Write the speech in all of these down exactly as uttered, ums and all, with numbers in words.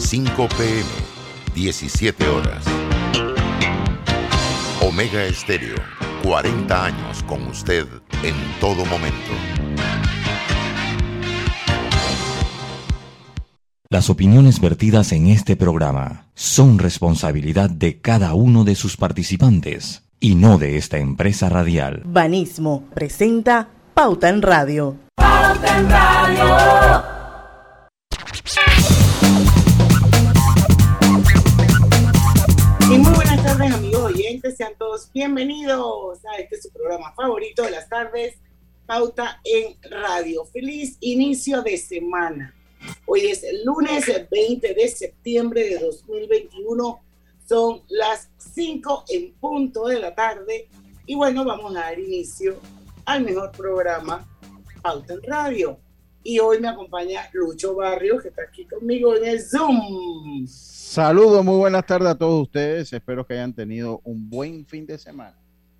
cinco p m, diecisiete horas. Omega Estéreo, cuarenta años con usted en todo momento. Las opiniones vertidas en este programa son responsabilidad de cada uno de sus participantes y no de esta empresa radial. Banismo presenta Pauta en Radio. Pauta en Radio. Y muy buenas tardes, amigos oyentes, sean todos bienvenidos a este su programa favorito de las tardes, Pauta en Radio. Feliz inicio de semana. Hoy es el lunes veinte de septiembre de dos mil veintiuno, son las cinco en punto de la tarde y bueno, vamos a dar inicio al mejor programa, Pauta en Radio. Y hoy me acompaña Lucho Barrios, que está aquí conmigo en el Zoom. Saludos, muy buenas tardes a todos ustedes, espero que hayan tenido un buen fin de semana.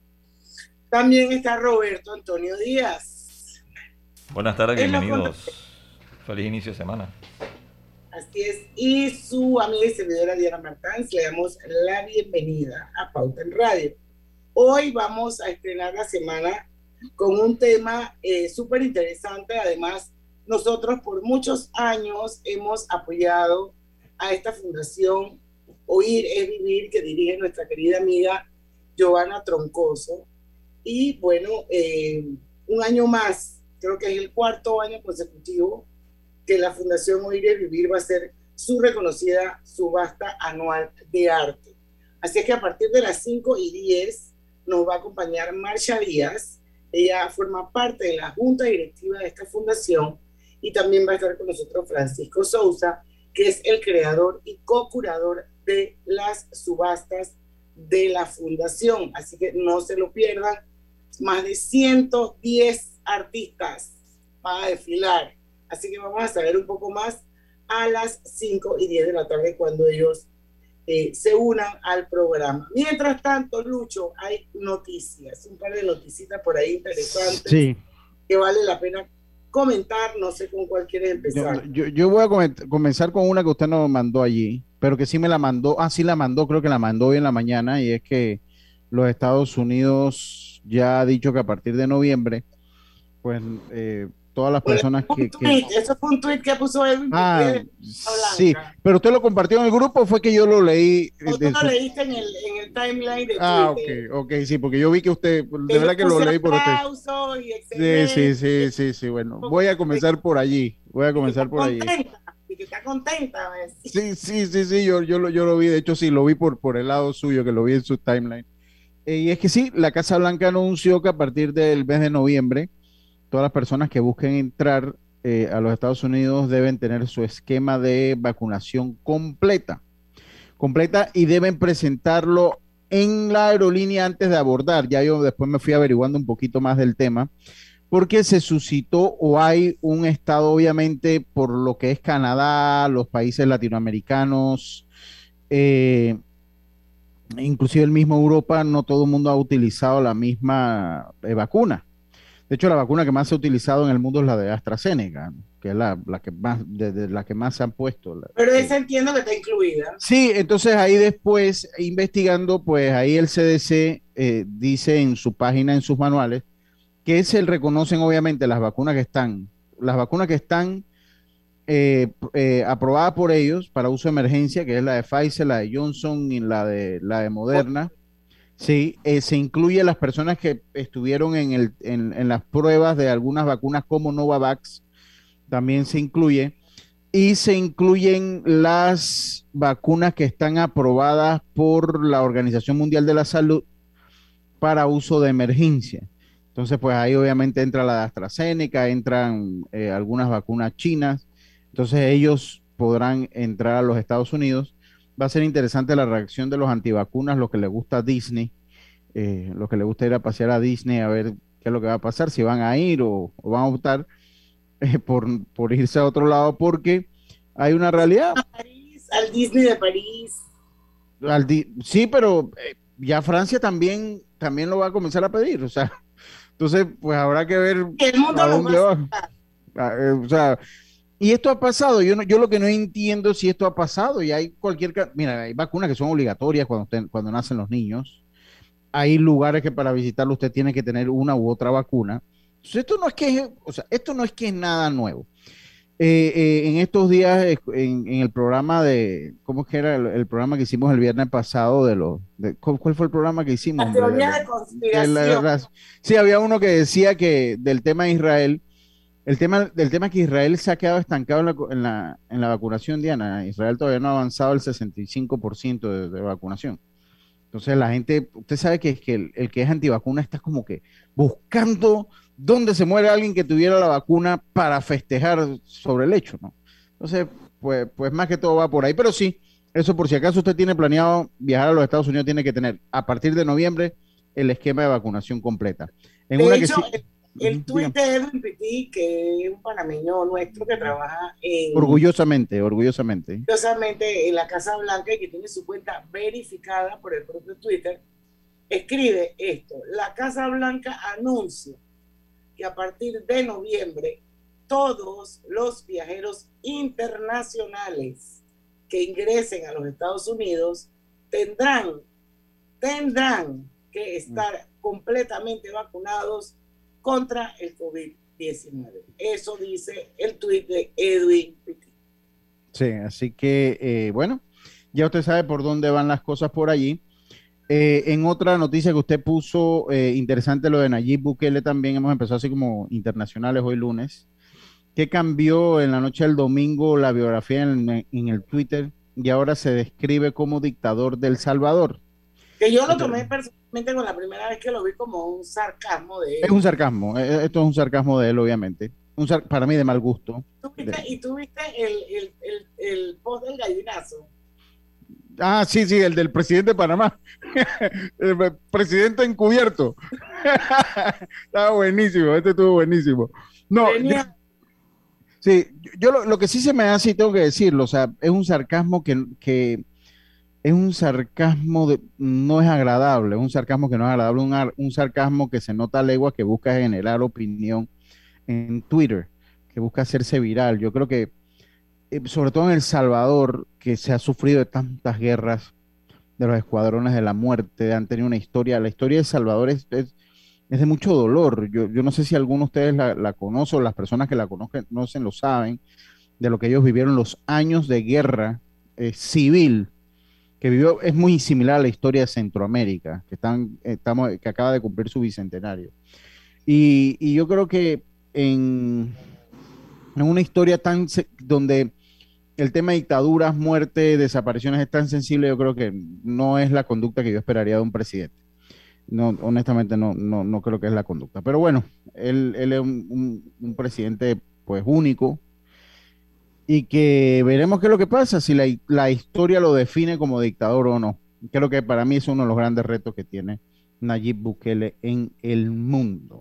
También está Roberto Antonio Díaz. Buenas tardes, bienvenidos. Feliz inicio de semana. Así es, y su amiga y servidora Diana Martán, le damos la bienvenida a Pauta en Radio. Hoy vamos a estrenar la semana con un tema eh, súper interesante. Además, nosotros por muchos años hemos apoyado a esta fundación Oír es Vivir, que dirige nuestra querida amiga Giovanna Troncoso. Y bueno, eh, un año más, creo que es el cuarto año consecutivo, que la Fundación Oír es Vivir va a ser su reconocida subasta anual de arte. Así es que a partir de las cinco y diez nos va a acompañar Marcia Díaz. Ella forma parte de la junta directiva de esta fundación y también va a estar con nosotros Francisco Sousa, que es el creador y co-curador de las subastas de la fundación. Así que no se lo pierdan. Más de ciento diez artistas van a desfilar. Así que vamos a saber un poco más a las cinco y diez de la tarde cuando ellos eh, se unan al programa. Mientras tanto, Lucho, hay noticias, un par de noticitas por ahí interesantes, sí, que vale la pena comentar. No sé con cuál quieres empezar. Yo, yo, yo voy a coment- comenzar con una que usted nos mandó allí, pero que sí me la mandó, ah, sí la mandó, creo que la mandó hoy en la mañana, y es que los Estados Unidos ya ha dicho que a partir de noviembre, pues... Eh, todas las personas que, que... Eso fue un tweet que puso él. Ah, sí, pero usted lo compartió en el grupo, fue que yo lo leí. Tú lo leíste en el, en el timeline de ah, Twitter. Ah, ok, ok, sí, porque yo vi que usted, de verdad que lo leí por usted. Sí, sí, sí, sí, sí, bueno, voy a comenzar por allí, voy a comenzar por allí. Y que está contenta, sí, sí, sí, sí, yo, yo, lo, yo lo vi, de hecho sí, lo vi por, por el lado suyo, que lo vi en su timeline. Eh, y es que sí, la Casa Blanca anunció que a partir del mes de noviembre, todas las personas que busquen entrar eh, a los Estados Unidos deben tener su esquema de vacunación completa, completa y deben presentarlo en la aerolínea antes de abordar. Ya yo después me fui averiguando un poquito más del tema, porque se suscitó o hay un estado, obviamente, por lo que es Canadá, los países latinoamericanos, eh, inclusive el mismo Europa, no todo el mundo ha utilizado la misma eh, vacuna. De hecho, la vacuna que más se ha utilizado en el mundo es la de AstraZeneca, que es la, la que más, de, de la que más se han puesto. La, Pero esa entiendo que está incluida. Sí, entonces ahí después, investigando, pues ahí el C D C eh, dice en su página, en sus manuales, que se reconocen obviamente las vacunas que están, las vacunas que están eh, eh, aprobadas por ellos para uso de emergencia, que es la de Pfizer, la de Johnson y la de, la de Moderna. Sí, eh, se incluye las personas que estuvieron en, el, en, en las pruebas de algunas vacunas como Novavax, también se incluye, y se incluyen las vacunas que están aprobadas por la Organización Mundial de la Salud para uso de emergencia. Entonces, pues ahí obviamente entra la de AstraZeneca, entran eh, algunas vacunas chinas, entonces ellos podrán entrar a los Estados Unidos. Va a ser interesante la reacción de los antivacunas, lo que le gusta a Disney, eh, lo que le gusta ir a pasear a Disney a ver qué es lo que va a pasar, si van a ir o, o van a optar eh, por, por irse a otro lado, porque hay una realidad. A París, al Disney de París. Al di sí, pero eh, ya Francia también, también lo va a comenzar a pedir, o sea, entonces pues habrá que ver el mundo a dónde va. A, eh, o sea, Y esto ha pasado, yo, no, yo lo que no entiendo es si esto ha pasado y hay cualquier, mira, hay vacunas que son obligatorias cuando, usted, cuando nacen los niños, hay lugares que para visitarlo usted tiene que tener una u otra vacuna. Entonces, esto no es que, o sea, esto no es que es nada nuevo. Eh, eh, en estos días, eh, en, en, el programa de, ¿cómo es que era el, el programa que hicimos el viernes pasado de los, de, ¿cuál, ¿cuál fue el programa que hicimos? La teoría de, de conspiración. De la, la, sí, había uno que decía que del tema de Israel, el tema del tema que Israel se ha quedado estancado en la, en la, en la vacunación, Diana. Israel todavía no ha avanzado el sesenta y cinco por ciento de, de vacunación. Entonces la gente, usted sabe que, que el, el que es antivacuna está como que buscando dónde se muere alguien que tuviera la vacuna para festejar sobre el hecho, ¿no? Entonces, pues, pues más que todo va por ahí. Pero sí, eso por si acaso usted tiene planeado viajar a los Estados Unidos, tiene que tener a partir de noviembre el esquema de vacunación completa. En de una hecho, que sí, el, el tuit de Edwin Petit, que es un panameño nuestro que trabaja en... Orgullosamente, orgullosamente. Orgullosamente en la Casa Blanca y que tiene su cuenta verificada por el propio Twitter, escribe esto: la Casa Blanca anuncia que a partir de noviembre todos los viajeros internacionales que ingresen a los Estados Unidos tendrán, tendrán que estar completamente vacunados contra el COVID diecinueve. Eso dice el tuit de Edwin Petit. Sí, así que, eh, bueno, ya usted sabe por dónde van las cosas por allí. Eh, en otra noticia que usted puso, eh, interesante lo de Nayib Bukele también, hemos empezado así como internacionales hoy lunes, que cambió en la noche del domingo la biografía en, en el Twitter y ahora se describe como dictador del Salvador. Que yo lo tomé personalmente con la primera vez que lo vi como un sarcasmo de él. Es un sarcasmo, esto es un sarcasmo de él, obviamente. Un sar para mí de mal gusto. ¿Tú viste, de... ¿Y tú viste el, el, el, el post del gallinazo? Ah, sí, sí, el del presidente de Panamá. El presidente encubierto. Estaba buenísimo, este estuvo buenísimo. No, yo, sí, yo lo, lo que sí se me hace, y tengo que decirlo, o sea, es un sarcasmo que, que es un sarcasmo de, no es agradable, es un sarcasmo que no es agradable, un, un sarcasmo que se nota a legua, que busca generar opinión en Twitter, que busca hacerse viral. Yo creo que sobre todo en El Salvador, que se ha sufrido de tantas guerras, de los escuadrones de la muerte, han tenido una historia, la historia de El Salvador es, es, es de mucho dolor. Yo, yo no sé si alguno de ustedes la, la conoce o las personas que la conocen, conocen lo saben, de lo que ellos vivieron, los años de guerra eh, civil, que vivió, es muy similar a la historia de Centroamérica, que, están, estamos, que acaba de cumplir su bicentenario. Y, y yo creo que en, en una historia tan donde el tema de dictaduras, muerte, desapariciones es tan sensible, yo creo que no es la conducta que yo esperaría de un presidente. No, honestamente no, no, no creo que es la conducta. Pero bueno, él, él es un, un, un presidente pues único y que veremos qué es lo que pasa, si la, la historia lo define como dictador o no. Creo que para mí es uno de los grandes retos que tiene Nayib Bukele en el mundo.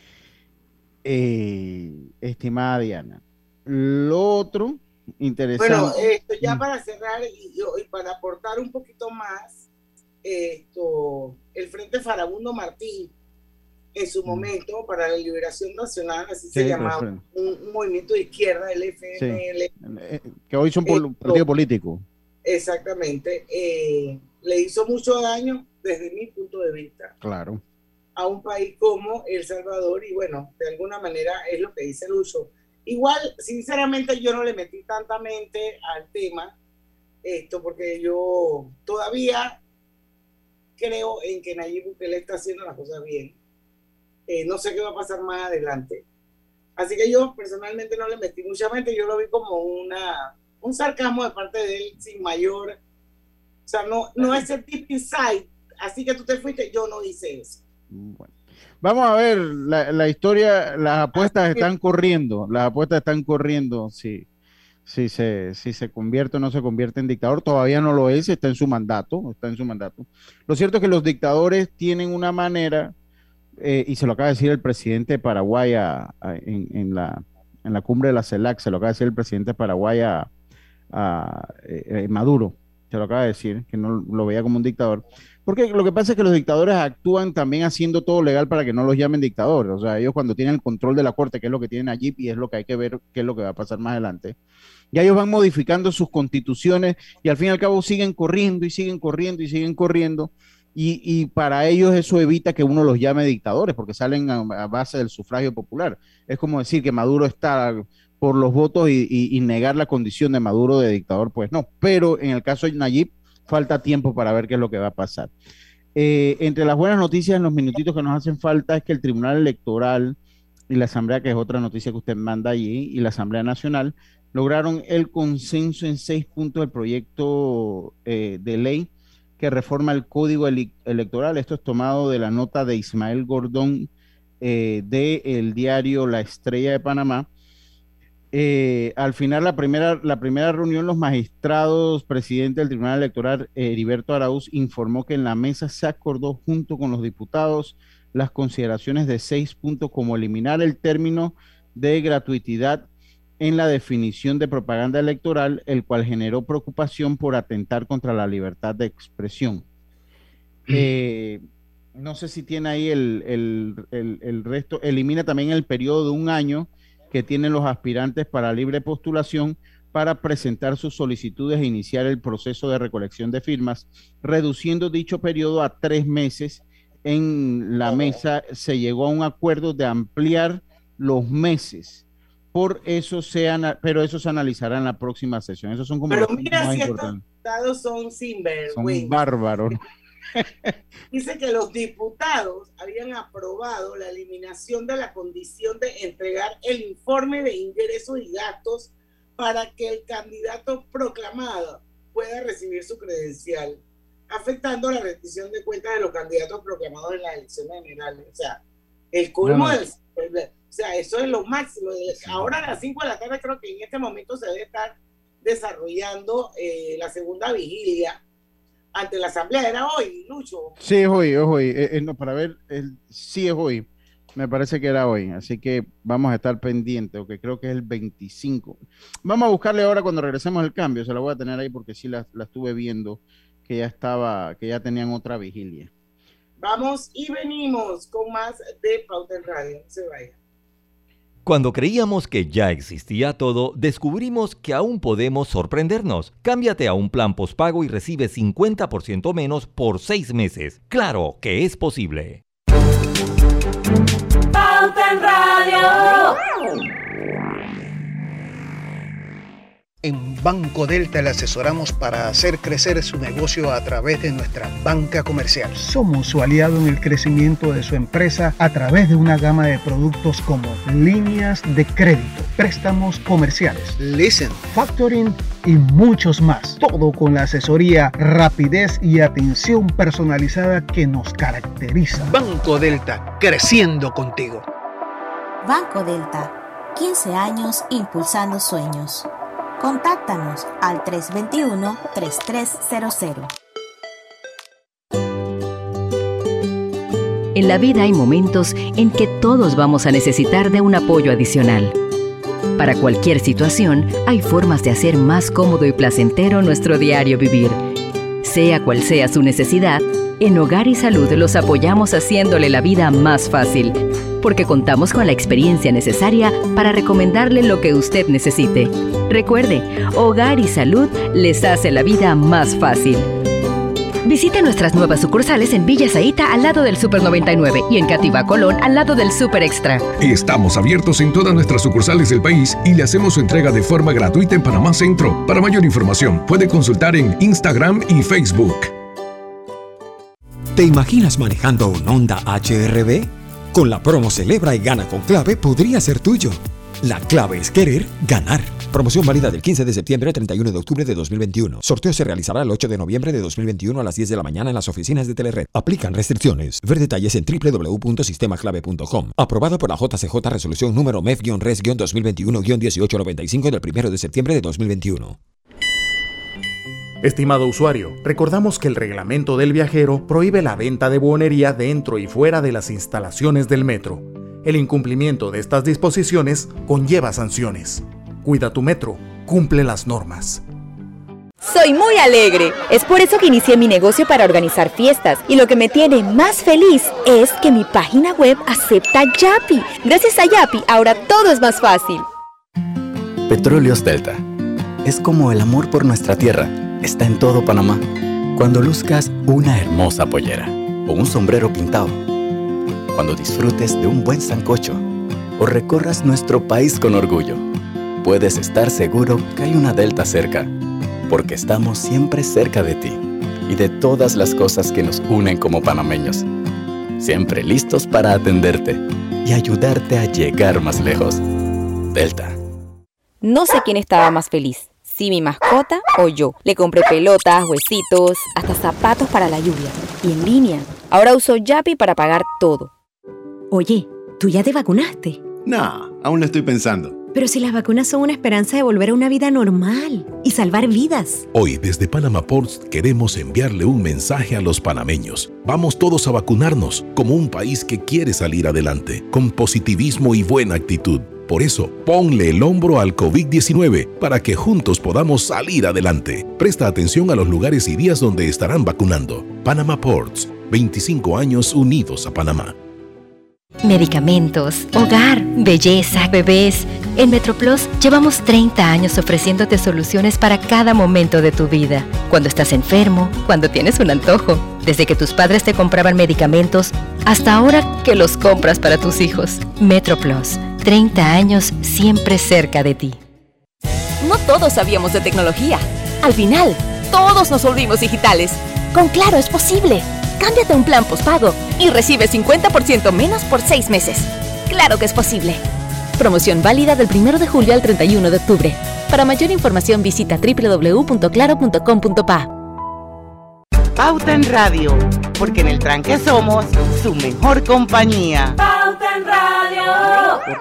Eh, estimada Diana. Lo otro interesante. Bueno, esto ya para cerrar y, y para aportar un poquito más, esto, el Frente Farabundo Martí, en su momento, para la Liberación Nacional, así sí, se llamaba, un, un movimiento de izquierda, el F M L. Sí. Que hoy son un partido político. Exactamente. Eh, le hizo mucho daño, desde mi punto de vista. Claro. A un país como El Salvador, y bueno, de alguna manera es lo que dice Lucho. Igual, sinceramente, yo no le metí tanta mente al tema, esto, porque yo todavía creo en que Nayib Bukele está haciendo las cosas bien. Eh, no sé qué va a pasar más adelante. Así que yo personalmente no le metí mucha mente, yo lo vi como una, un sarcasmo de parte de él sin mayor, o sea, no, no es el tip inside, así que tú te fuiste, yo no hice eso. Bueno. Vamos a ver, la, la historia, las apuestas están corriendo, las apuestas están corriendo, si, si, se, si se convierte o no se convierte en dictador, todavía no lo es, está en su mandato, está en su mandato. Lo cierto es que los dictadores tienen una manera, eh, y se lo acaba de decir el presidente de Paraguay a, a, en, en, la, en la cumbre de la CELAC, se lo acaba de decir el presidente de Paraguay a, a eh, Maduro, se lo acaba de decir, que no lo veía como un dictador, porque lo que pasa es que los dictadores actúan también haciendo todo legal para que no los llamen dictadores. O sea, ellos cuando tienen el control de la corte, que es lo que tienen allí y es lo que hay que ver qué es lo que va a pasar más adelante, ya ellos van modificando sus constituciones y al fin y al cabo siguen corriendo y siguen corriendo y siguen corriendo. Y, y para ellos eso evita que uno los llame dictadores, porque salen a, a base del sufragio popular. Es como decir que Maduro está por los votos y, y, y negar la condición de Maduro de dictador, pues no. Pero en el caso de Nayib, falta tiempo para ver qué es lo que va a pasar. Eh, entre las buenas noticias en los minutitos que nos hacen falta es que el Tribunal Electoral y la Asamblea, que es otra noticia que usted manda allí, y la Asamblea Nacional, lograron el consenso en seis puntos del proyecto eh, de ley que reforma el Código ele Electoral. Esto es tomado de la nota de Ismael Gordón eh, del diario La Estrella de Panamá. Eh, al final, la primera, la primera reunión, los magistrados, presidente del Tribunal Electoral, eh, Heriberto Araúz, informó que en la mesa se acordó junto con los diputados las consideraciones de seis puntos, como eliminar el término de gratuidad en la definición de propaganda electoral, el cual generó preocupación por atentar contra la libertad de expresión. Eh, no sé si tiene ahí el, el, el, el resto. Elimina también el periodo de un año que tienen los aspirantes para libre postulación para presentar sus solicitudes e iniciar el proceso de recolección de firmas, reduciendo dicho periodo a tres meses. En la mesa se llegó a un acuerdo de ampliar los meses. Por eso se ana, pero eso se analizará en la próxima sesión. Esos son como pero los mira, más si importantes. Estos diputados son sinvergüenza. Son bárbaros. Dice que los diputados habían aprobado la eliminación de la condición de entregar el informe de ingresos y gastos para que el candidato proclamado pueda recibir su credencial, afectando la rendición de cuentas de los candidatos proclamados en las elecciones generales. O sea, el colmo no, no. del... O sea, eso es lo máximo. Ahora a las cinco de la tarde creo que en este momento se debe estar desarrollando eh, la segunda vigilia ante la asamblea. ¿Era hoy, Lucho? Sí, es hoy, es hoy. Eh, eh, no, para ver, el, sí es hoy. Me parece que era hoy, así que vamos a estar pendientes, porque creo que es el veinticinco. Vamos a buscarle ahora cuando regresemos el cambio, se la voy a tener ahí porque sí la, la estuve viendo, que ya estaba, que ya tenían otra vigilia. Vamos y venimos con más de Pauta en Radio. No se vaya. Cuando creíamos que ya existía todo, descubrimos que aún podemos sorprendernos. Cámbiate a un plan postpago y recibe cincuenta por ciento menos por seis meses. ¡Claro que es posible! Pauta en Radio. En Banco Delta le asesoramos para hacer crecer su negocio a través de nuestra banca comercial. Somos su aliado en el crecimiento de su empresa a través de una gama de productos como líneas de crédito, préstamos comerciales, Listen, factoring y muchos más. Todo con la asesoría, rapidez y atención personalizada que nos caracteriza. Banco Delta, creciendo contigo. Banco Delta, quince años impulsando sueños. Contáctanos al tres dos uno, tres tres cero cero. En la vida hay momentos en que todos vamos a necesitar de un apoyo adicional. Para cualquier situación, hay formas de hacer más cómodo y placentero nuestro diario vivir. Sea cual sea su necesidad, en Hogar y Salud los apoyamos haciéndole la vida más fácil, porque contamos con la experiencia necesaria para recomendarle lo que usted necesite. Recuerde, Hogar y Salud les hace la vida más fácil. Visite nuestras nuevas sucursales en Villa Zaita al lado del Super noventa y nueve y en Cativa Colón al lado del Super Extra. Estamos abiertos en todas nuestras sucursales del país y le hacemos su entrega de forma gratuita en Panamá Centro. Para mayor información, puede consultar en Instagram y Facebook. ¿Te imaginas manejando un Honda H R V? Con la promo Celebra y Gana con Clave podría ser tuyo. La clave es querer ganar. Promoción válida del quince de septiembre al treinta y uno de octubre de dos mil veintiuno. Sorteo se realizará el ocho de noviembre de dos mil veintiuno a las diez de la mañana en las oficinas de Telered. Aplican restricciones. Ver detalles en doble u doble u doble u punto sistema clave punto com. Aprobado por la J C J Resolución número M E F-Res dos mil veintiuno dieciocho noventa y cinco del primero de septiembre de dos mil veintiuno. Estimado usuario, recordamos que el reglamento del viajero prohíbe la venta de buonería dentro y fuera de las instalaciones del metro. El incumplimiento de estas disposiciones conlleva sanciones. Cuida tu metro, cumple las normas. Soy muy alegre. Es por eso que inicié mi negocio para organizar fiestas. Y lo que me tiene más feliz es que mi página web acepta Yapi. Gracias a Yapi, ahora todo es más fácil. Petróleos Delta. Es como el amor por nuestra tierra. Está en todo Panamá. Cuando luzcas una hermosa pollera o un sombrero pintado. Cuando disfrutes de un buen sancocho o recorras nuestro país con orgullo. Puedes estar seguro que hay una Delta cerca. Porque estamos siempre cerca de ti y de todas las cosas que nos unen como panameños. Siempre listos para atenderte y ayudarte a llegar más lejos. Delta. No sé quién estaba más feliz, si mi mascota o yo. Le compré pelotas, huesitos, hasta zapatos para la lluvia. Y en línea. Ahora uso Yapi para pagar todo. Oye, ¿tú ya te vacunaste? No, aún lo estoy pensando. Pero si las vacunas son una esperanza de volver a una vida normal y salvar vidas. Hoy desde Panama Ports queremos enviarle un mensaje a los panameños. Vamos todos a vacunarnos como un país que quiere salir adelante, con positivismo y buena actitud. Por eso, ponle el hombro al COVID diecinueve para que juntos podamos salir adelante. Presta atención a los lugares y días donde estarán vacunando. Panama Ports, veinticinco años unidos a Panamá. Medicamentos, hogar, belleza, bebés. En MetroPlus llevamos treinta años ofreciéndote soluciones para cada momento de tu vida. Cuando estás enfermo, cuando tienes un antojo. Desde que tus padres te compraban medicamentos hasta ahora que los compras para tus hijos. MetroPlus, treinta años siempre cerca de ti. No todos sabíamos de tecnología. Al final, todos nos volvimos digitales. Con Claro es posible. Cámbiate a un plan postpago y recibe cincuenta por ciento menos por seis meses. ¡Claro que es posible! Promoción válida del primero de julio al treinta y uno de octubre. Para mayor información visita doble u doble u doble u punto claro punto com punto pa. Pauta en Radio, porque en el tranque somos su mejor compañía. Pauta en Radio.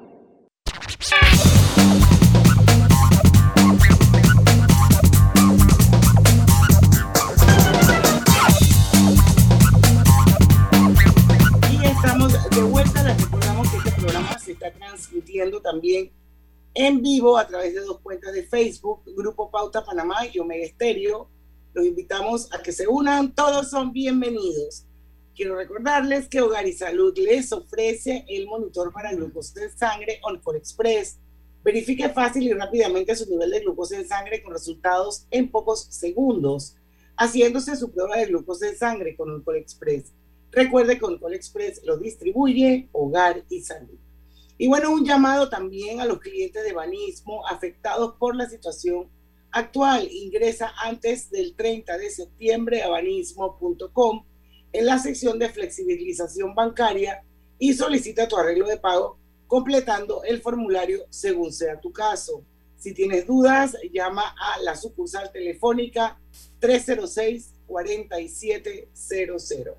De vuelta, les recordamos que este programa se está transmitiendo también en vivo a través de dos cuentas de Facebook, Grupo Pauta Panamá y Omega Estéreo. Los invitamos a que se unan, todos son bienvenidos. Quiero recordarles que Hogar y Salud les ofrece el monitor para glucosa en sangre Oncol Express. Verifique fácil y rápidamente su nivel de glucosa en sangre con resultados en pocos segundos, haciéndose su prueba de glucosa en sangre con Oncol Express. Recuerde que Oncol Express lo distribuye Hogar y Salud. Y bueno, un llamado también a los clientes de Banismo afectados por la situación actual. Ingresa antes del treinta de septiembre a banismo punto com en la sección de flexibilización bancaria y solicita tu arreglo de pago completando el formulario según sea tu caso. Si tienes dudas, llama a la sucursal telefónica tres cero seis, cuatro siete cero cero.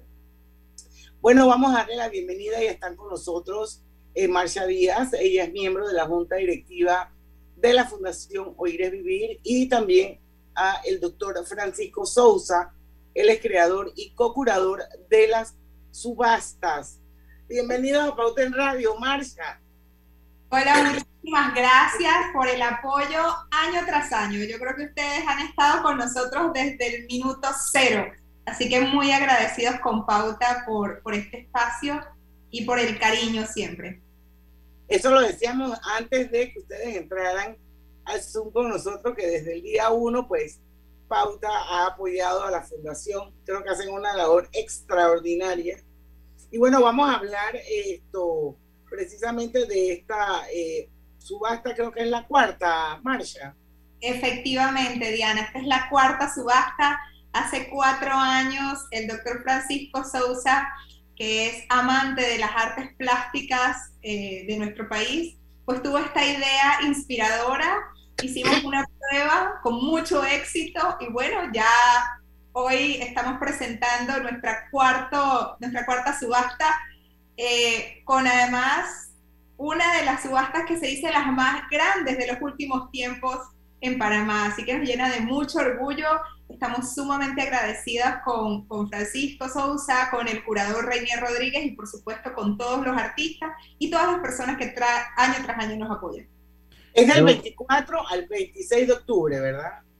Bueno, vamos a darle la bienvenida y están con nosotros eh, Marcia Díaz. Ella es miembro de la Junta Directiva de la Fundación Oír es Vivir, y también a el doctor Francisco Sousa. Él es creador y co-curador de las subastas. Bienvenidos a Pauta en Radio, Marcia. Hola, muchísimas gracias por el apoyo año tras año. Yo creo que ustedes han estado con nosotros desde el minuto cero. Así que muy agradecidos con Pauta por, por este espacio y por el cariño siempre. Eso lo decíamos antes de que ustedes entraran al Zoom con nosotros, que desde el día uno, pues, Pauta ha apoyado a la Fundación. Creo que hacen una labor extraordinaria. Y bueno, vamos a hablar esto precisamente de esta eh, subasta, creo que es la cuarta, Marcia. Efectivamente, Diana, esta es la cuarta subasta. Hace cuatro años, el doctor Francisco Sousa, que es amante de las artes plásticas eh, de nuestro país, pues tuvo esta idea inspiradora. Hicimos una prueba con mucho éxito y bueno, ya hoy estamos presentando nuestra, cuarto, nuestra cuarta subasta, eh, con además una de las subastas que se dice las más grandes de los últimos tiempos en Panamá, así que nos llena de mucho orgullo. Estamos sumamente agradecidas con, con Francisco Sousa, con el curador Reinier Rodríguez y por supuesto con todos los artistas y todas las personas que tra- año tras año nos apoyan. Es del veinticuatro al veintiséis de octubre, ¿verdad?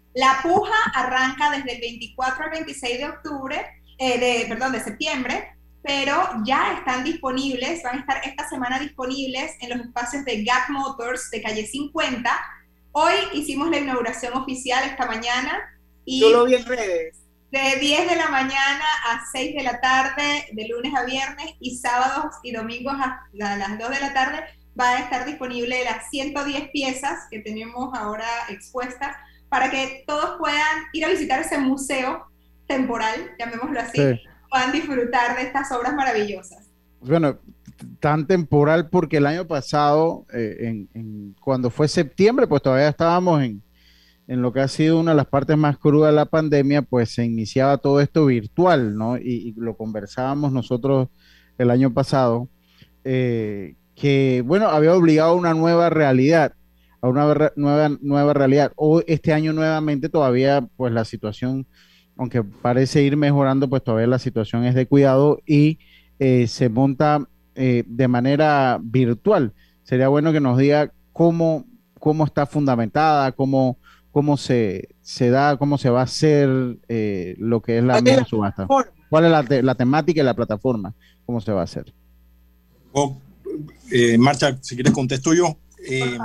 La puja arranca desde el veinticuatro al veintiséis de octubre, eh, de, perdón, de septiembre, pero ya están disponibles, van a estar esta semana disponibles en los espacios de Gap Motors de calle cincuenta. Hoy hicimos la inauguración oficial esta mañana. Y yo lo vi en redes. De diez de la mañana a seis de la tarde, de lunes a viernes, y sábados y domingos a, a las dos de la tarde, va a estar disponible las ciento diez piezas que tenemos ahora expuestas para que todos puedan ir a visitar ese museo temporal, llamémoslo así, sí. Puedan disfrutar de estas obras maravillosas. Bueno, tan temporal porque el año pasado, eh, en, en, cuando fue septiembre, pues todavía estábamos en, en lo que ha sido una de las partes más crudas de la pandemia, pues se iniciaba todo esto virtual, ¿no? Y, y lo conversábamos nosotros el año pasado, eh, que, bueno, había obligado a una nueva realidad, a una re nueva, nueva realidad. O este año nuevamente todavía, pues la situación, aunque parece ir mejorando, pues todavía la situación es de cuidado y eh, se monta eh, de manera virtual. Sería bueno que nos diga cómo, cómo está fundamentada, cómo, cómo se, se da, cómo se va a hacer eh, lo que es la misma subasta. ¿Cuál es la, te la temática y la plataforma? ¿Cómo se va a hacer? Oh, eh, Marcha, si quieres contesto yo. Eh,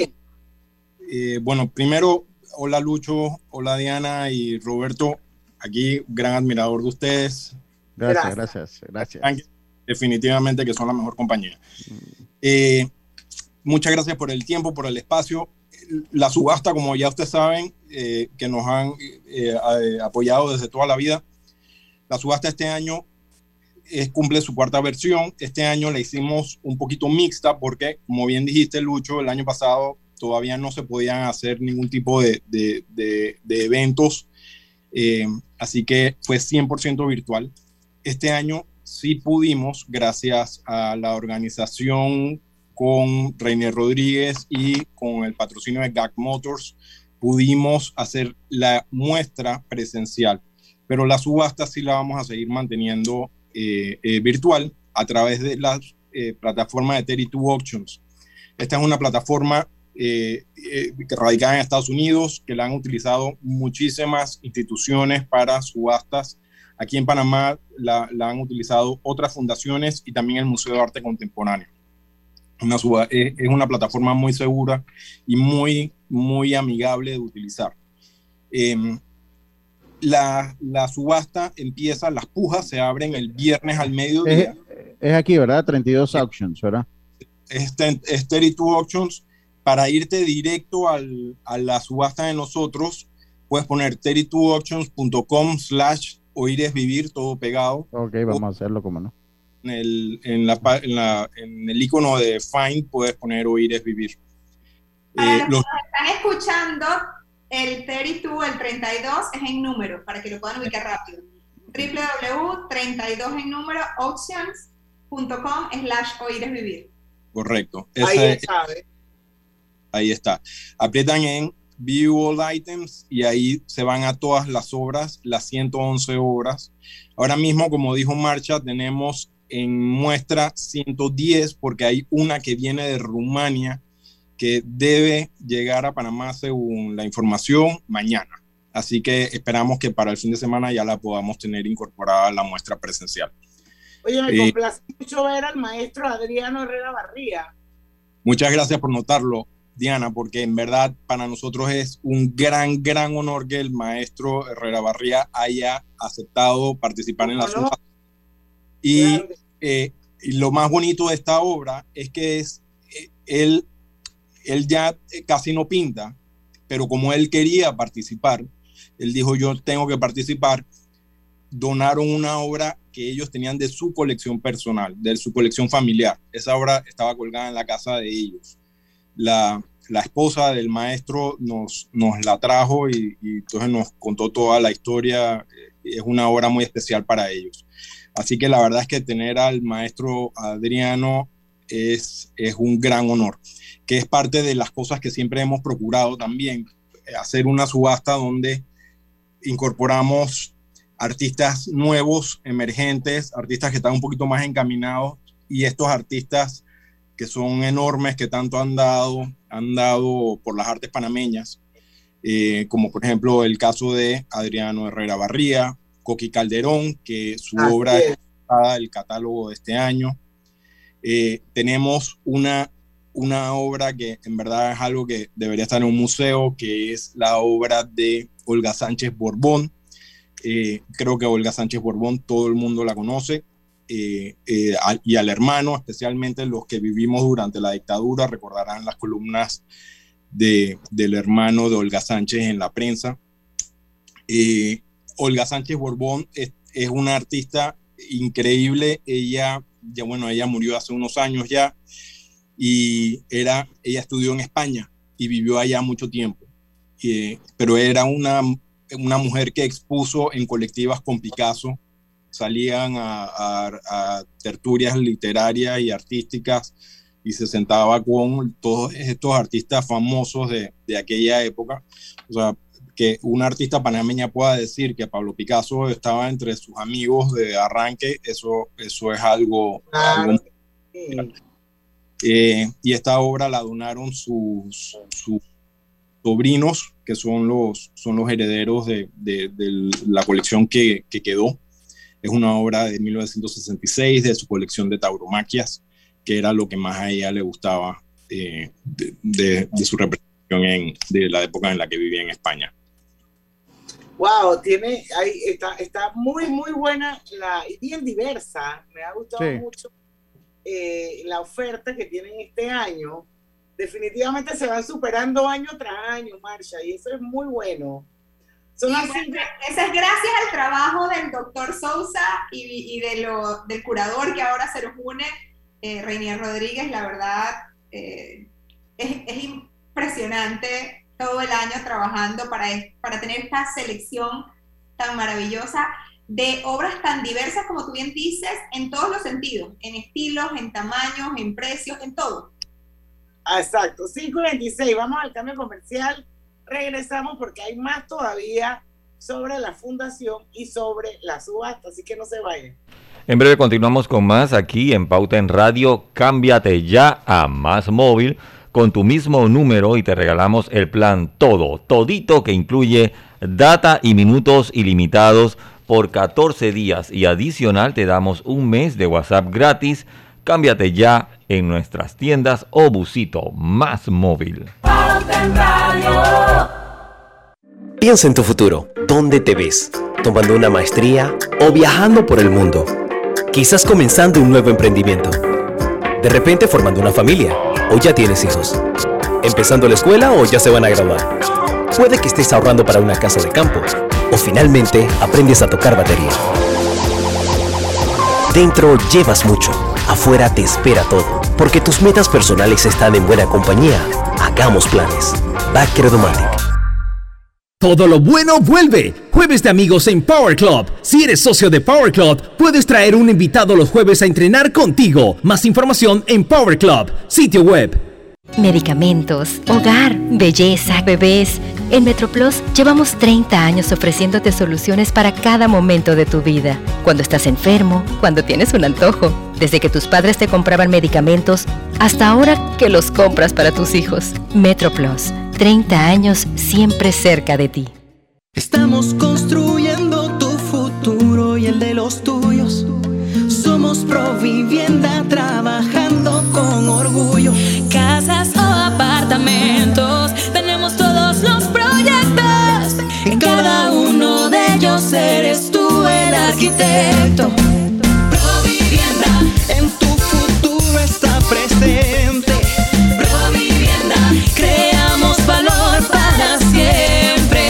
eh, bueno, primero, hola Lucho, hola Diana y Roberto. Aquí, gran admirador de ustedes. Gracias, gracias, gracias. Definitivamente que son la mejor compañía. Eh, muchas gracias por el tiempo, por el espacio. La subasta, como ya ustedes saben, eh, que nos han eh, apoyado desde toda la vida. La subasta este año es, cumple su cuarta versión. Este año la hicimos un poquito mixta porque, como bien dijiste, Lucho, el año pasado todavía no se podían hacer ningún tipo de, de, de, de eventos. Eh, así que fue cien por ciento virtual. Este año sí pudimos, gracias a la organización con Reiner Rodríguez y con el patrocinio de Gap Motors, pudimos hacer la muestra presencial. Pero la subasta sí la vamos a seguir manteniendo eh, eh, virtual a través de la eh, plataforma de treinta y dos Auctions. Esta es una plataforma Eh, eh, radicada en Estados Unidos, que la han utilizado muchísimas instituciones para subastas. Aquí en Panamá la, la han utilizado otras fundaciones y también el Museo de Arte Contemporáneo. Una suba, es, es una plataforma muy segura y muy, muy amigable de utilizar. Eh, la, la subasta empieza, las pujas se abren el viernes al mediodía. Es, es aquí, ¿verdad? treinta y dos Auctions, ¿verdad? Es, es treinta y dos Auctions. Para irte directo al, a la subasta de nosotros, puedes poner treinta y dos auctions punto com slash oír es vivir, todo pegado. Ok, vamos a hacerlo, como no. En el, en, la, en, la, en el icono de Find puedes poner oír es vivir. Para eh, los que los... están escuchando, el treinta y dos, el treinta y dos es en número, para que lo puedan ubicar rápido. doble u doble u doble u punto treinta y dos en número, auctions punto com slash oír es vivir. Correcto. Ahí Esa está. Es, Ahí está. Aprietan en View All Items y ahí se van a todas las obras, las ciento once obras. Ahora mismo, como dijo Marcha, tenemos en muestra ciento diez porque hay una que viene de Rumania que debe llegar a Panamá según la información mañana. Así que esperamos que para el fin de semana ya la podamos tener incorporada a la muestra presencial. Oye, me eh, complace mucho ver al maestro Adriano Herrera Barría. Muchas gracias por notarlo, Diana, porque en verdad para nosotros es un gran, gran honor que el maestro Herrera Barría haya aceptado participar en la subasta. Y, claro. eh, y lo más bonito de esta obra es que es, eh, él, él ya casi no pinta, pero como él quería participar, él dijo yo tengo que participar, donaron una obra que ellos tenían de su colección personal, de su colección familiar. Esa obra estaba colgada en la casa de ellos. La, la esposa del maestro nos, nos la trajo y, y entonces nos contó toda la historia. Es una obra muy especial para ellos. Así que la verdad es que tener al maestro Adriano es, es un gran honor, que es parte de las cosas que siempre hemos procurado también, hacer una subasta donde incorporamos artistas nuevos, emergentes, artistas que están un poquito más encaminados y estos artistas que son enormes, que tanto han dado, han dado por las artes panameñas, eh, como por ejemplo el caso de Adriano Herrera Barría, Coqui Calderón, que su Así obra es. es el catálogo de este año. Eh, tenemos una, una obra que en verdad es algo que debería estar en un museo, que es la obra de Olga Sánchez Borbón. Eh, creo que Olga Sánchez Borbón todo el mundo la conoce, eh, eh, a, y al hermano, especialmente los que vivimos durante la dictadura, recordarán las columnas de, del hermano de Olga Sánchez en la prensa. Eh, Olga Sánchez Borbón es, es una artista increíble. Ella, ya bueno, ella murió hace unos años ya, y era, ella estudió en España y vivió allá mucho tiempo, eh, pero era una, una mujer que expuso en colectivas con Picasso. Salían a, a, a tertulias literarias y artísticas y se sentaba con todos estos artistas famosos de, de aquella época. O sea, que una artista panameña pueda decir que Pablo Picasso estaba entre sus amigos de arranque, eso, eso es algo... Claro. algo eh, y esta obra la donaron sus, sus sobrinos, que son los, son los herederos de, de, de la colección que, que quedó. Es una obra de mil novecientos sesenta y seis, de su colección de tauromaquias, que era lo que más a ella le gustaba eh, de, de, de su representación en, de la época en la que vivía en España. Wow, tiene, ahí está, está muy, muy buena la, y bien diversa. Me ha gustado Sí. mucho eh, la oferta que tienen este año. Definitivamente se van superando año tras año, Marsha, y eso es muy bueno. Son Sí, así, bueno, eso es gracias al trabajo del doctor Sousa y, y de lo, del curador que ahora se nos une, eh, Reinier Rodríguez. La verdad, eh, es, es impresionante todo el año trabajando para, para tener esta selección tan maravillosa de obras tan diversas, como tú bien dices, en todos los sentidos, en estilos, en tamaños, en precios, en todo. exacto, cinco veintiséis, vamos al cambio comercial, regresamos porque hay más todavía sobre la fundación y sobre la subasta, así que no se vayan. En breve continuamos con más aquí en Pauta en Radio. Cámbiate ya a Más Móvil con tu mismo número y te regalamos el plan todo, todito, que incluye data y minutos ilimitados por catorce días y adicional te damos un mes de WhatsApp gratis. Cámbiate ya en nuestras tiendas o busito Más Móvil. Pauta en Radio. Piensa en tu futuro. ¿Dónde te ves? ¿Tomando una maestría o viajando por el mundo? Quizás comenzando un nuevo emprendimiento. De repente formando una familia o ya tienes hijos. Empezando la escuela o ya se van a graduar. Puede que estés ahorrando para una casa de campo o finalmente aprendes a tocar batería. Dentro llevas mucho, afuera te espera todo. Porque tus metas personales están en buena compañía. Hagamos planes. Bacredomatic. Todo lo bueno vuelve. Jueves de amigos en Power Club. Si eres socio de Power Club, puedes traer un invitado los jueves a entrenar contigo. Más información en Power Club, sitio web. Medicamentos, hogar, belleza, bebés. En MetroPlus llevamos treinta años ofreciéndote soluciones para cada momento de tu vida. Cuando estás enfermo, cuando tienes un antojo, desde que tus padres te compraban medicamentos hasta ahora que los compras para tus hijos. MetroPlus, treinta años siempre cerca de ti. Estamos construyendo tu futuro y el de los tuyos. Somos Provivienda, trabajando con orgullo. Casas o apartamentos, tenemos todos los proyectos. En cada uno de ellos eres tú el arquitecto. Provivienda, en tu futuro está presente. Provivienda, creamos valor para siempre.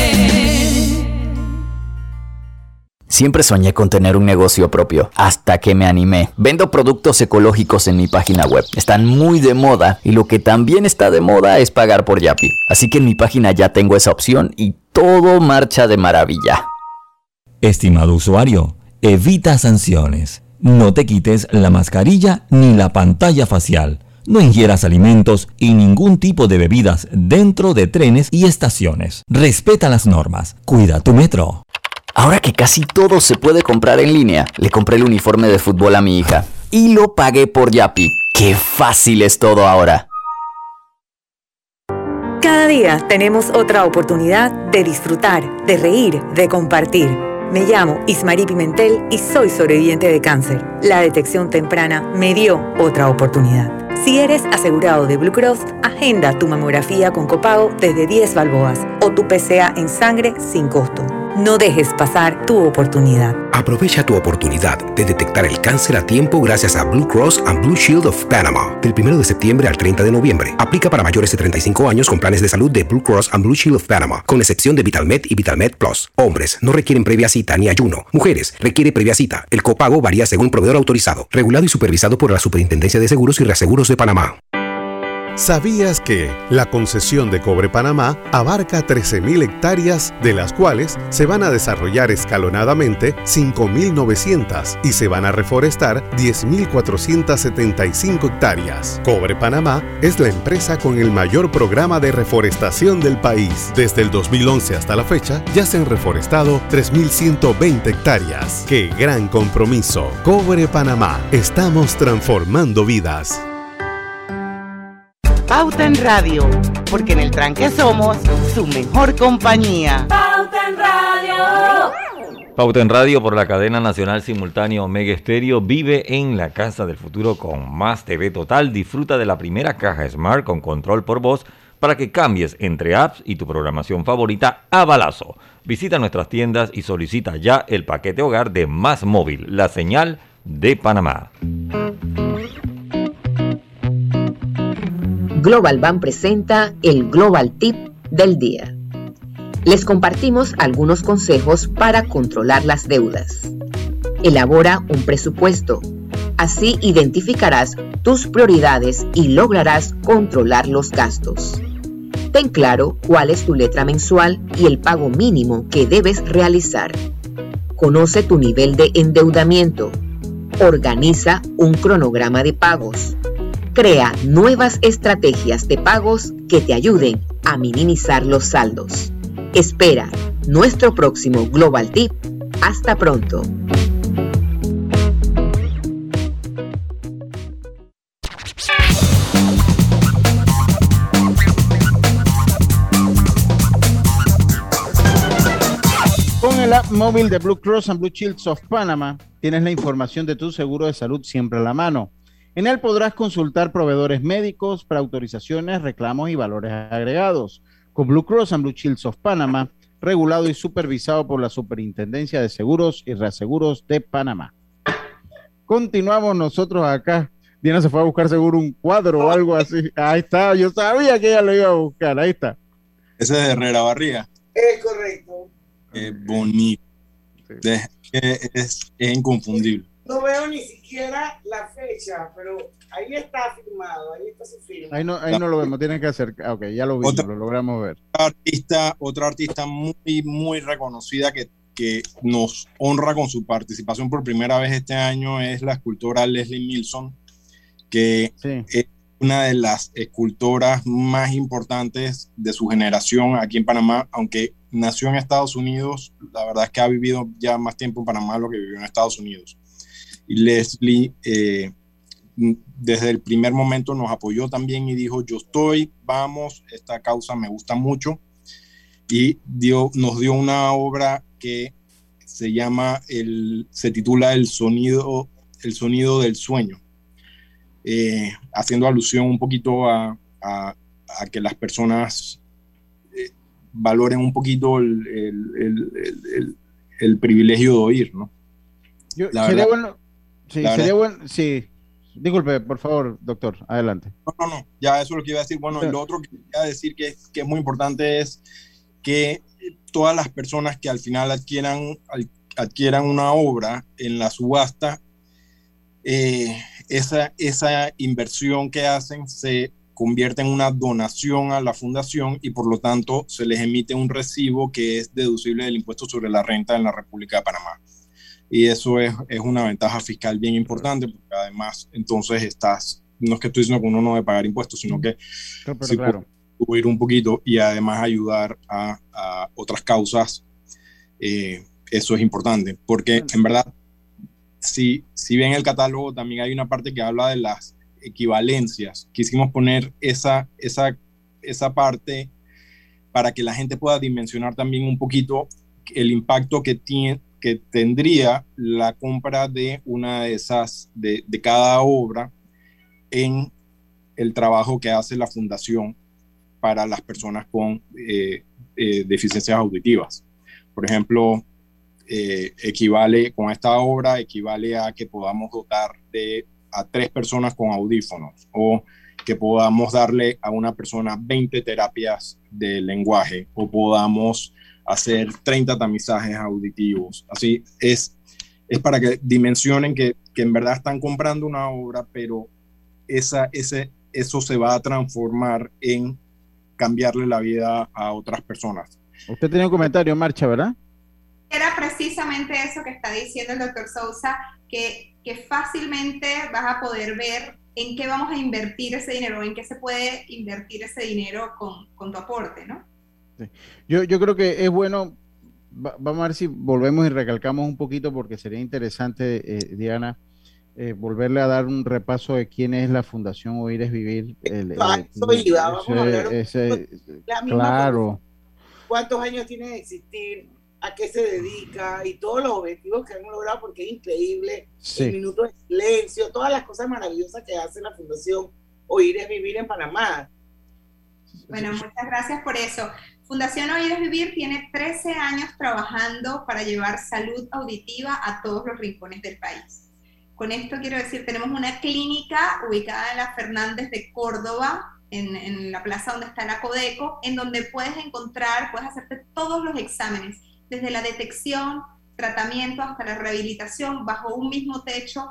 Siempre soñé con tener un negocio propio, hasta que me animé. Vendo productos ecológicos en mi página web. Están muy de moda y lo que también está de moda es pagar por Yapi. Así que en mi página ya tengo esa opción y todo marcha de maravilla. Estimado usuario, evita sanciones. No te quites la mascarilla ni la pantalla facial. No ingieras alimentos y ningún tipo de bebidas dentro de trenes y estaciones. Respeta las normas. Cuida tu metro. Ahora que casi todo se puede comprar en línea, le compré el uniforme de fútbol a mi hija y lo pagué por Yapi. ¡Qué fácil es todo ahora! Cada día tenemos otra oportunidad de disfrutar, de reír, de compartir. Me llamo Ismarí Pimentel y soy sobreviviente de cáncer. La detección temprana me dio otra oportunidad. Si eres asegurado de Blue Cross, agenda tu mamografía con copago desde diez balboas o tu P C A en sangre sin costo. No dejes pasar tu oportunidad. Aprovecha tu oportunidad de detectar el cáncer a tiempo gracias a Blue Cross and Blue Shield of Panama. Del primero de septiembre al treinta de noviembre. Aplica para mayores de treinta y cinco años con planes de salud de Blue Cross and Blue Shield of Panama, con excepción de VitalMed y VitalMed Plus. Hombres no requieren previa cita ni ayuno. Mujeres requiere previa cita. El copago varía según proveedor autorizado, regulado y supervisado por la Superintendencia de Seguros y Reaseguros de Panamá. ¿Sabías que la concesión de Cobre Panamá abarca trece mil hectáreas, de las cuales se van a desarrollar escalonadamente cinco mil novecientas y se van a reforestar diez mil cuatrocientas setenta y cinco hectáreas? Cobre Panamá es la empresa con el mayor programa de reforestación del país. Desde el dos mil once hasta la fecha ya se han reforestado tres mil ciento veinte hectáreas. ¡Qué gran compromiso! Cobre Panamá, estamos transformando vidas. Pauta en Radio, porque en el tranque somos su mejor compañía. Pauta en Radio. Pauta en Radio por la cadena nacional simultánea Omega Estéreo. Vive en la casa del futuro con Más T V Total. Disfruta de la primera caja Smart con control por voz para que cambies entre apps y tu programación favorita a balazo. Visita nuestras tiendas y solicita ya el paquete hogar de Más Móvil, la señal de Panamá. Global Bank presenta el Global Tip del día. Les compartimos algunos consejos para controlar las deudas. Elabora un presupuesto. Así identificarás tus prioridades y lograrás controlar los gastos. Ten claro cuál es tu letra mensual y el pago mínimo que debes realizar. Conoce tu nivel de endeudamiento. Organiza un cronograma de pagos. Crea nuevas estrategias de pagos que te ayuden a minimizar los saldos. Espera nuestro próximo Global Tip. Hasta pronto. Con el app móvil de Blue Cross and Blue Shield of Panama, tienes la información de tu seguro de salud siempre a la mano. En él podrás consultar proveedores médicos, preautorizaciones, reclamos y valores agregados. Con Blue Cross and Blue Shield of Panama, regulado y supervisado por la Superintendencia de Seguros y Reaseguros de Panamá. Continuamos nosotros acá. Diana se fue a buscar seguro un cuadro o algo así. Ahí está, yo sabía que ella lo iba a buscar. Ahí está. Ese es de Herrera Barriga. Es correcto. Es bonito. Es, es, es inconfundible. No veo ni siquiera la fecha, pero ahí está firmado, ahí está su firma. Ahí no, ahí no lo vemos, tienen que acercar. Ok, ya lo vimos, otra, lo logramos ver. Otra artista, otra artista muy, muy reconocida que, que nos honra con su participación por primera vez este año es la escultora Leslie Nilsson, que sí. es una de las escultoras más importantes de su generación aquí en Panamá, aunque nació en Estados Unidos, la verdad es que ha vivido ya más tiempo en Panamá de lo que vivió en Estados Unidos. Y Leslie, eh, desde el primer momento nos apoyó también y dijo, yo estoy, vamos, esta causa me gusta mucho. Y dio, nos dio una obra que se llama, el, se titula El sonido, el sonido del sueño, eh, haciendo alusión un poquito a, a, a que las personas eh, valoren un poquito el, el, el, el, el, el privilegio de oír, ¿no? Yo, sería bueno... Sí, la sería verdad, bueno, sí. Disculpe, por favor, doctor, adelante. No, no, no, ya eso es lo que iba a decir. Bueno, sí. Lo otro que iba a decir que, que es muy importante es que todas las personas que al final adquieran, adquieran una obra en la subasta, eh, esa, esa inversión que hacen se convierte en una donación a la fundación y por lo tanto se les emite un recibo que es deducible del impuesto sobre la renta en la República de Panamá. Y eso es, es una ventaja fiscal bien importante, porque además entonces estás, no es que estoy diciendo que uno no debe pagar impuestos, sino que no, sí claro. puede subir un poquito y además ayudar a, a otras causas, eh, eso es importante, porque en verdad, si, si ven el catálogo, también hay una parte que habla de las equivalencias. Quisimos poner esa, esa, esa parte para que la gente pueda dimensionar también un poquito el impacto que, tiene, que tendría la compra de una de esas, de, de cada obra en el trabajo que hace la fundación para las personas con eh, eh, deficiencias auditivas. Por ejemplo, eh, equivale, con esta obra, equivale a que podamos dotar de a tres personas con audífonos, o que podamos darle a una persona veinte terapias de lenguaje, o podamos hacer treinta tamizajes auditivos. Así es, es para que dimensionen que, que en verdad están comprando una obra, pero esa, ese, eso se va a transformar en cambiarle la vida a otras personas. Usted tenía un comentario en marcha, ¿verdad? Era precisamente eso que está diciendo el doctor Sousa, que, que fácilmente vas a poder ver en qué vamos a invertir ese dinero, en qué se puede invertir ese dinero con, con tu aporte, ¿no? Sí. Yo, yo creo que es bueno, va, vamos a ver si volvemos y recalcamos un poquito, porque sería interesante, eh, Diana, eh, volverle a dar un repaso de quién es la Fundación Oír es Vivir. El, el, Ah, eso iba, vamos ese, a hablar ese, la misma claro. cosa. ¿Cuántos años tiene de existir? ¿A qué se dedica? Y todos los objetivos que han logrado, porque es increíble. Sí. El minuto de silencio, todas las cosas maravillosas que hace la Fundación Oír es Vivir en Panamá. Bueno, muchas gracias por eso. Fundación Oír es Vivir tiene trece años trabajando para llevar salud auditiva a todos los rincones del país. Con esto quiero decir, tenemos una clínica ubicada en la Fernández de Córdoba, en, en la plaza donde está la Codeco, en donde puedes encontrar, puedes hacerte todos los exámenes, desde la detección, tratamiento hasta la rehabilitación, bajo un mismo techo,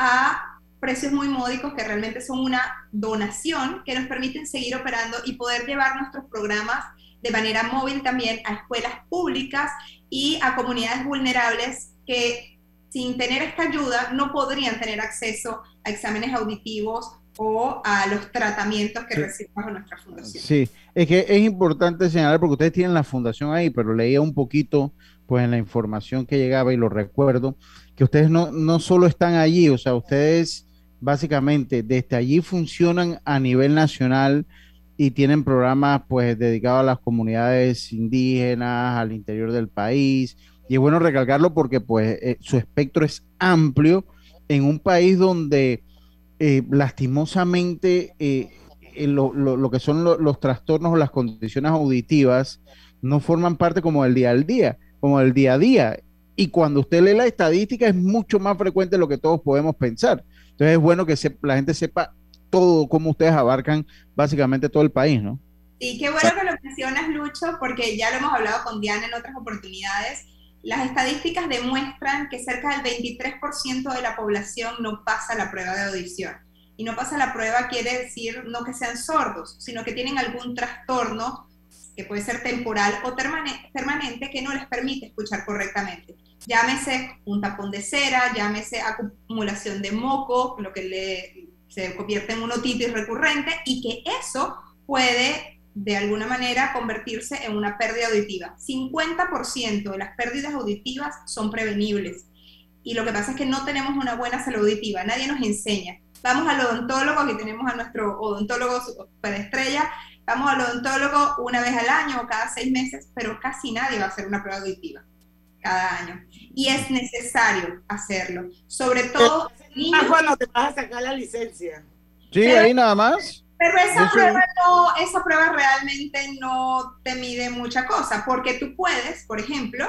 a precios muy módicos que realmente son una donación que nos permiten seguir operando y poder llevar nuestros programas de manera móvil también a escuelas públicas y a comunidades vulnerables que sin tener esta ayuda no podrían tener acceso a exámenes auditivos o a los tratamientos que sí recibimos en nuestra fundación. Sí, es que es importante señalar, porque ustedes tienen la fundación ahí, pero leía un poquito pues en la información que llegaba y lo recuerdo, que ustedes no, no solo están allí, o sea, ustedes básicamente desde allí funcionan a nivel nacional y tienen programas pues dedicados a las comunidades indígenas, al interior del país, y es bueno recalcarlo porque pues eh, su espectro es amplio en un país donde eh, lastimosamente eh, eh, lo, lo, lo que son lo, los trastornos o las condiciones auditivas no forman parte como del día al día, como del día a día, y cuando usted lee la estadística es mucho más frecuente de lo que todos podemos pensar. Entonces es bueno que se, la gente sepa todo, cómo ustedes abarcan básicamente todo el país, ¿no? Sí, qué bueno que lo mencionas, Lucho, porque ya lo hemos hablado con Diana en otras oportunidades. Las estadísticas demuestran que cerca del veintitrés por ciento de la población no pasa la prueba de audición. Y no pasa la prueba quiere decir no que sean sordos, sino que tienen algún trastorno que puede ser temporal o permanente que no les permite escuchar correctamente. Llámese un tapón de cera, llámese acumulación de moco, lo que le, se convierte en una otitis recurrente, y que eso puede de alguna manera convertirse en una pérdida auditiva. cincuenta por ciento de las pérdidas auditivas son prevenibles. Y lo que pasa es que no tenemos una buena salud auditiva, nadie nos enseña. Vamos al odontólogo, aquí tenemos a nuestro odontólogo superestrella, vamos al odontólogo una vez al año o cada seis meses, pero casi nadie va a hacer una prueba auditiva cada año. Y es necesario hacerlo, sobre todo... Ah, cuando te vas a sacar la licencia. Sí, pero, ahí nada más. Pero esa Eso. prueba, no, esa prueba realmente no te mide mucha cosa, porque tú puedes, por ejemplo,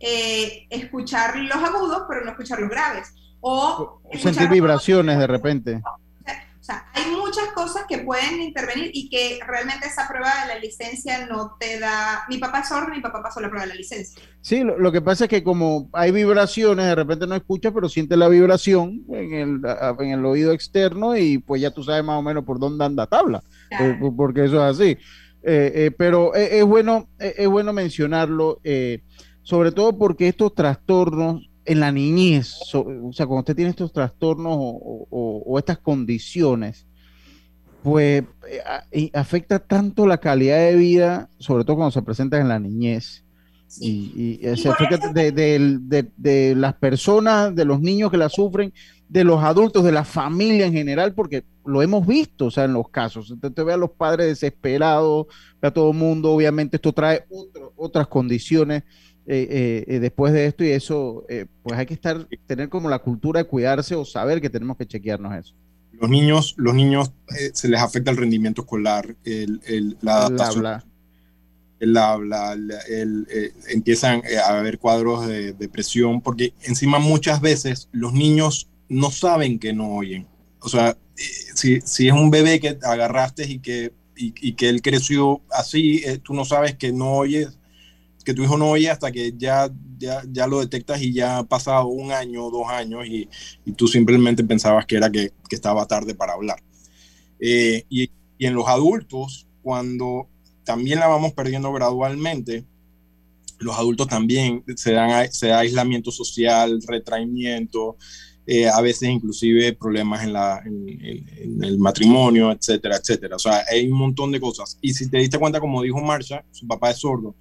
eh, escuchar los agudos, pero no escuchar los graves. O sentir vibraciones de repente. O sea, hay muchas cosas que pueden intervenir y que realmente esa prueba de la licencia no te da... Mi papá es sordo, mi papá pasó la prueba de la licencia. Sí, lo, lo que pasa es que como hay vibraciones, de repente no escuchas, pero sientes la vibración en el, en el oído externo y pues ya tú sabes más o menos por dónde anda tabla, claro. por, porque eso es así. Eh, eh, pero es, es, bueno, es, es bueno mencionarlo, eh, sobre todo porque estos trastornos en la niñez, so, o sea, cuando usted tiene estos trastornos o, o, o estas condiciones, pues eh, afecta tanto la calidad de vida, sobre todo cuando se presentan en la niñez, sí. y, y, y se afecta eso... de, de, de, de las personas, de los niños que la sufren, de los adultos, de la familia en general, porque lo hemos visto, o sea, en los casos. Entonces te ve a los padres desesperados, ve a todo el mundo, obviamente esto trae otro, otras condiciones eh, eh, después de esto, y eso, eh, pues hay que estar, tener como la cultura de cuidarse o saber que tenemos que chequearnos eso. Los niños, los niños eh, se les afecta el rendimiento escolar, el, el, la adaptación. El habla. El habla, el, el, el, empiezan a haber cuadros de depresión, porque encima muchas veces los niños no saben que no oyen. O sea, si, si es un bebé que agarraste y que, y, y que él creció así, eh, tú no sabes que no oyes, que tu hijo no oye hasta que ya, ya, ya lo detectas y ya ha pasado un año, dos años y, y tú simplemente pensabas que era que, que estaba tarde para hablar. Eh, y, y en los adultos, cuando también la vamos perdiendo gradualmente, los adultos también se dan se da aislamiento social, retraimiento, eh, a veces inclusive problemas en, la, en, en, en el matrimonio, etcétera, etcétera. O sea, hay un montón de cosas. Y si te diste cuenta, como dijo Marsha, su papá es sordo,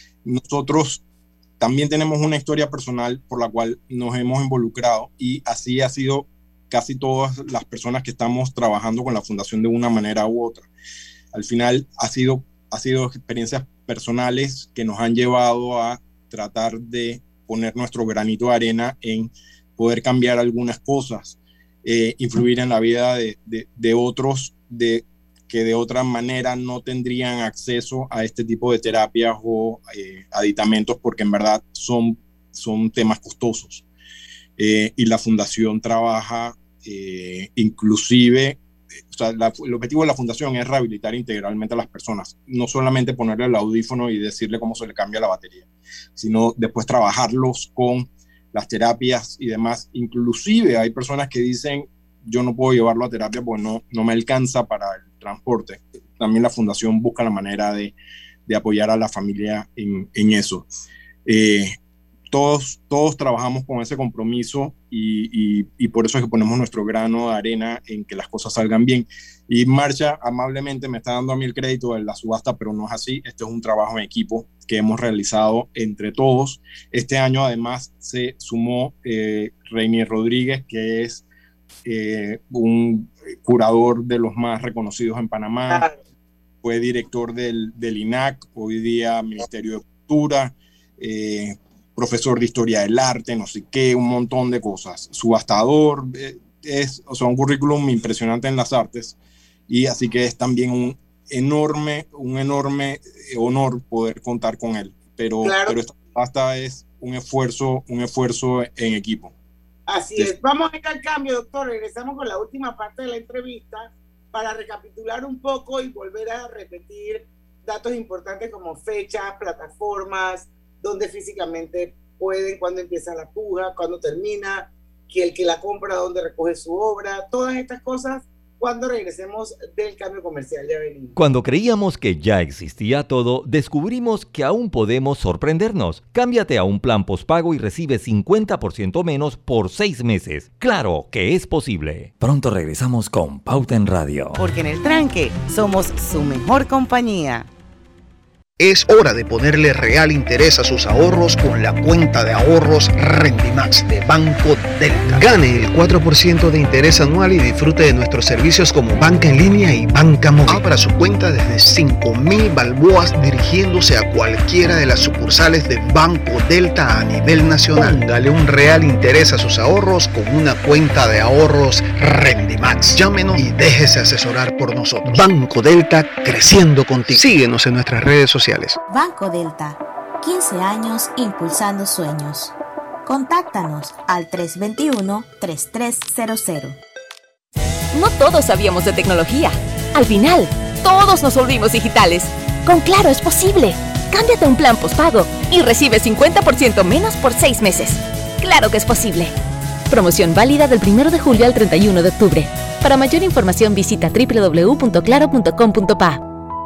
nosotros también tenemos una historia personal por la cual nos hemos involucrado, y así ha sido casi todas las personas que estamos trabajando con la fundación de una manera u otra. Al final ha sido, ha sido experiencias personales que nos han llevado a tratar de poner nuestro granito de arena en poder cambiar algunas cosas, eh, influir en la vida de, de, de otros de, que de otra manera no tendrían acceso a este tipo de terapias o eh, aditamentos, porque en verdad son, son temas costosos. Eh, y la fundación trabaja eh, inclusive, o sea, la, el objetivo de la fundación es rehabilitar integralmente a las personas, no solamente ponerle el audífono y decirle cómo se le cambia la batería, sino después trabajarlos con las terapias y demás. Inclusive hay personas que dicen, yo no puedo llevarlo a terapia porque no, no me alcanza para el transporte. También la fundación busca la manera de, de apoyar a la familia en, en eso. Eh, todos, todos trabajamos con ese compromiso y, y, y por eso es que ponemos nuestro grano de arena en que las cosas salgan bien. Y Marsha amablemente me está dando a mí el crédito de la subasta, pero no es así. Este es un trabajo en equipo que hemos realizado entre todos. Este año además se sumó eh, Reinier Rodríguez, que es eh, un curador de los más reconocidos en Panamá. Fue director del, del I N A C, hoy día Ministerio de Cultura, eh, profesor de Historia del Arte, no sé qué, un montón de cosas. Subastador, eh, es, o sea, un currículum impresionante en las artes, y así que es también un enorme, un enorme honor poder contar con él. Pero, claro. pero esta subasta es un esfuerzo, un esfuerzo en equipo. Así es. Vamos a ir al cambio, doctor. Regresamos con la última parte de la entrevista para recapitular un poco y volver a repetir datos importantes como fechas, plataformas, dónde físicamente pueden, cuándo empieza la puja, cuándo termina, que el que la compra, dónde recoge su obra, todas estas cosas cuando regresemos del cambio comercial. Ya venimos. Cuando creíamos que ya existía todo, descubrimos que aún podemos sorprendernos. Cámbiate a un plan postpago y recibe cincuenta por ciento menos por seis meses. ¡Claro que es posible! Pronto regresamos con Pauta en Radio. Porque en el tranque somos su mejor compañía. Es hora de ponerle real interés a sus ahorros con la cuenta de ahorros Rendimax de Banco Delta. Gane el cuatro por ciento de interés anual y disfrute de nuestros servicios como banca en línea y banca móvil. Abra su cuenta desde cinco mil balboas dirigiéndose a cualquiera de las sucursales de Banco Delta a nivel nacional. Póngale un real interés a sus ahorros con una cuenta de ahorros Rendimax. Llámenos y déjese asesorar por nosotros. Banco Delta, creciendo contigo. Síguenos en nuestras redes sociales. Banco Delta, quince años impulsando sueños. Contáctanos al tres dos uno, tres tres cero cero. No todos sabíamos de tecnología. Al final, todos nos volvimos digitales. Con Claro es posible. Cámbiate a un plan postpago y recibe cincuenta por ciento menos por seis meses. Claro que es posible. Promoción válida del primero de julio al treinta y uno de octubre. Para mayor información visita doble u doble u doble u punto claro punto com punto pa.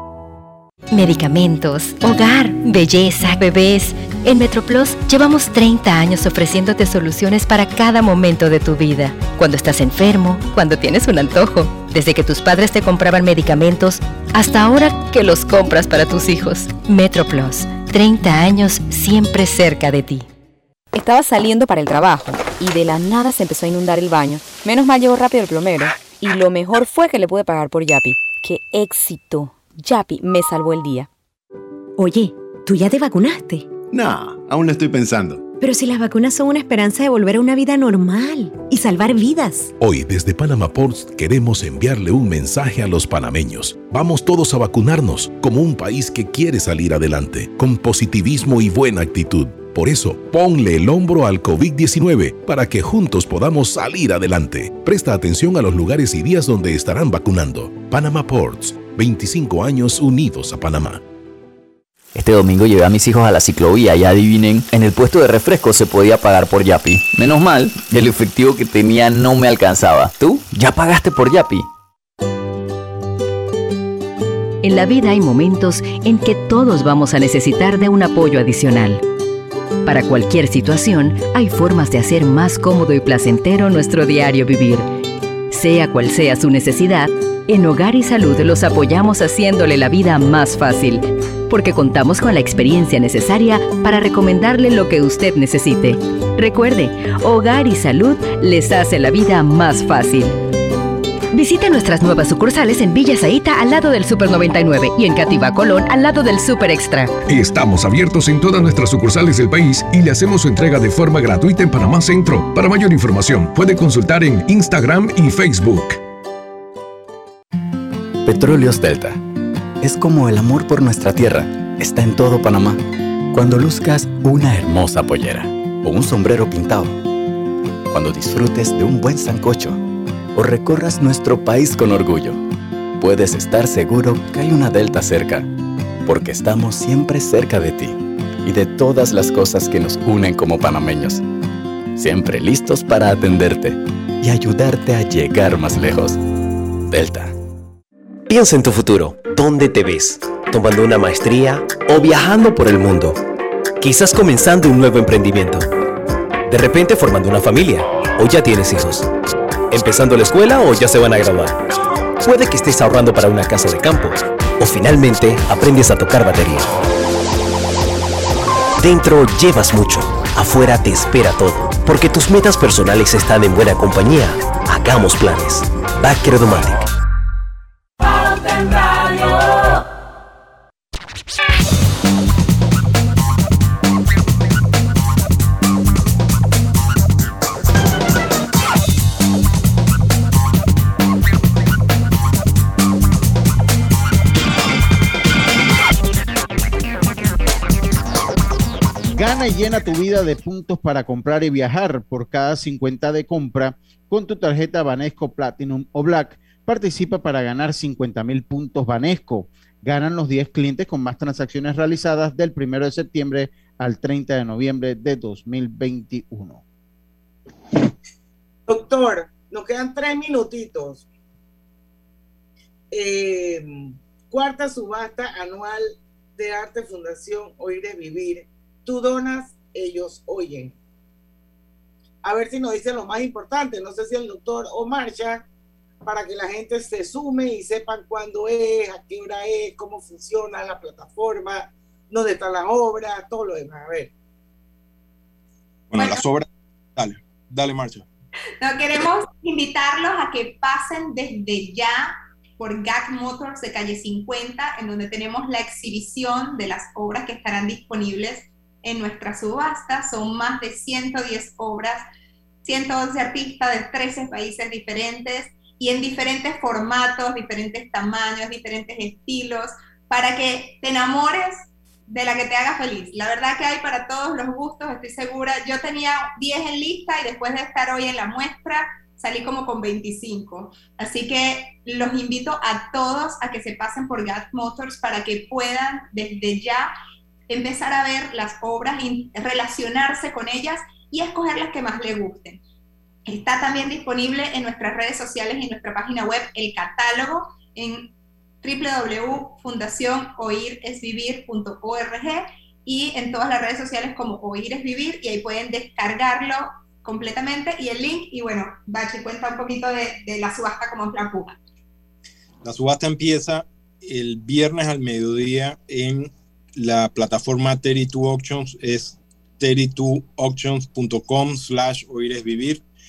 Medicamentos, hogar, belleza, bebés. En MetroPlus llevamos treinta años ofreciéndote soluciones para cada momento de tu vida. Cuando estás enfermo, cuando tienes un antojo, desde que tus padres te compraban medicamentos hasta ahora que los compras para tus hijos. MetroPlus, treinta años siempre cerca de ti. Estaba saliendo para el trabajo y de la nada se empezó a inundar el baño. Menos mal llegó rápido el plomero. Y lo mejor fue que le pude pagar por Yapi. ¡Qué éxito! Yapi me salvó el día. Oye, ¿tú ya te vacunaste? No, aún lo estoy pensando. Pero si las vacunas son una esperanza de volver a una vida normal y salvar vidas. Hoy desde Panama Ports queremos enviarle un mensaje a los panameños. Vamos todos a vacunarnos como un país que quiere salir adelante, con positivismo y buena actitud. Por eso, ponle el hombro al COVID diecinueve para que juntos podamos salir adelante. Presta atención a los lugares y días donde estarán vacunando. Panama Ports, veinticinco años unidos a Panamá. Este domingo llevé a mis hijos a la ciclovía y adivinen, en el puesto de refresco se podía pagar por Yapi. Menos mal, el efectivo que tenía no me alcanzaba. ¿Tú? ¿Ya pagaste por Yapi? En la vida hay momentos en que todos vamos a necesitar de un apoyo adicional. Para cualquier situación, hay formas de hacer más cómodo y placentero nuestro diario vivir. Sea cual sea su necesidad, en Hogar y Salud los apoyamos haciéndole la vida más fácil, porque contamos con la experiencia necesaria para recomendarle lo que usted necesite. Recuerde, Hogar y Salud les hace la vida más fácil. Visite nuestras nuevas sucursales en Villa Zaita al lado del Super noventa y nueve y en Cativa Colón al lado del Super Extra. Estamos abiertos en todas nuestras sucursales del país y le hacemos su entrega de forma gratuita en Panamá Centro. Para mayor información, puede consultar en Instagram y Facebook. Petróleos Delta. Es como el amor por nuestra tierra. Está en todo Panamá. Cuando luzcas una hermosa pollera o un sombrero pintado. Cuando disfrutes de un buen sancocho o recorras nuestro país con orgullo, puedes estar seguro que hay una Delta cerca, porque estamos siempre cerca de ti y de todas las cosas que nos unen como panameños. Siempre listos para atenderte y ayudarte a llegar más lejos. Delta. Piensa en tu futuro. ¿Dónde te ves? ¿Tomando una maestría o viajando por el mundo? Quizás comenzando un nuevo emprendimiento. De repente formando una familia o ya tienes hijos. ¿Empezando la escuela o ya se van a graduar? Puede que estés ahorrando para una casa de campo o finalmente aprendes a tocar batería. Dentro llevas mucho, afuera te espera todo, porque tus metas personales están en buena compañía. Hagamos planes. Backer Domatic. Gana y llena tu vida de puntos para comprar y viajar. Por cada cincuenta de compra con tu tarjeta Banesco Platinum o Black, participa para ganar cincuenta mil puntos Banesco. Ganan los diez clientes con más transacciones realizadas del primero de septiembre al treinta de noviembre de dos mil veintiuno. Doctor, nos quedan tres minutitos. Eh, cuarta subasta anual de Arte Fundación Oír es Vivir. Tú donas, ellos oyen. A ver si nos dicen lo más importante. No sé si el doctor o Marcha, para que la gente se sume y sepan cuándo es, a qué hora es, cómo funciona la plataforma, dónde están las obras, todo lo demás. A ver. Bueno, bueno. las obras, dale, dale Marcha. No, queremos invitarlos a que pasen desde ya por G A C Motors de calle cincuenta, en donde tenemos la exhibición de las obras que estarán disponibles en nuestra subasta. Son más de ciento diez obras, ciento once artistas de trece países diferentes y en diferentes formatos, diferentes tamaños, diferentes estilos, para que te enamores de la que te haga feliz. La verdad que hay para todos los gustos, estoy segura. Yo tenía diez en lista y después de estar hoy en la muestra, salí como con veinticinco. Así que los invito a todos a que se pasen por G A C Motors para que puedan desde ya empezar a ver las obras y relacionarse con ellas y escoger las que más les gusten. Está también disponible en nuestras redes sociales y en nuestra página web el catálogo en doble u doble u doble u punto fundación oír es vivir punto org y en todas las redes sociales como Oír es Vivir, y ahí pueden descargarlo completamente y el link. Y bueno, Bachi, cuenta un poquito de, de la subasta como en plan puja. La subasta empieza el viernes al mediodía en la plataforma treinta y dos Auctions, es treinta y dos auctions punto com slash oír es vivir.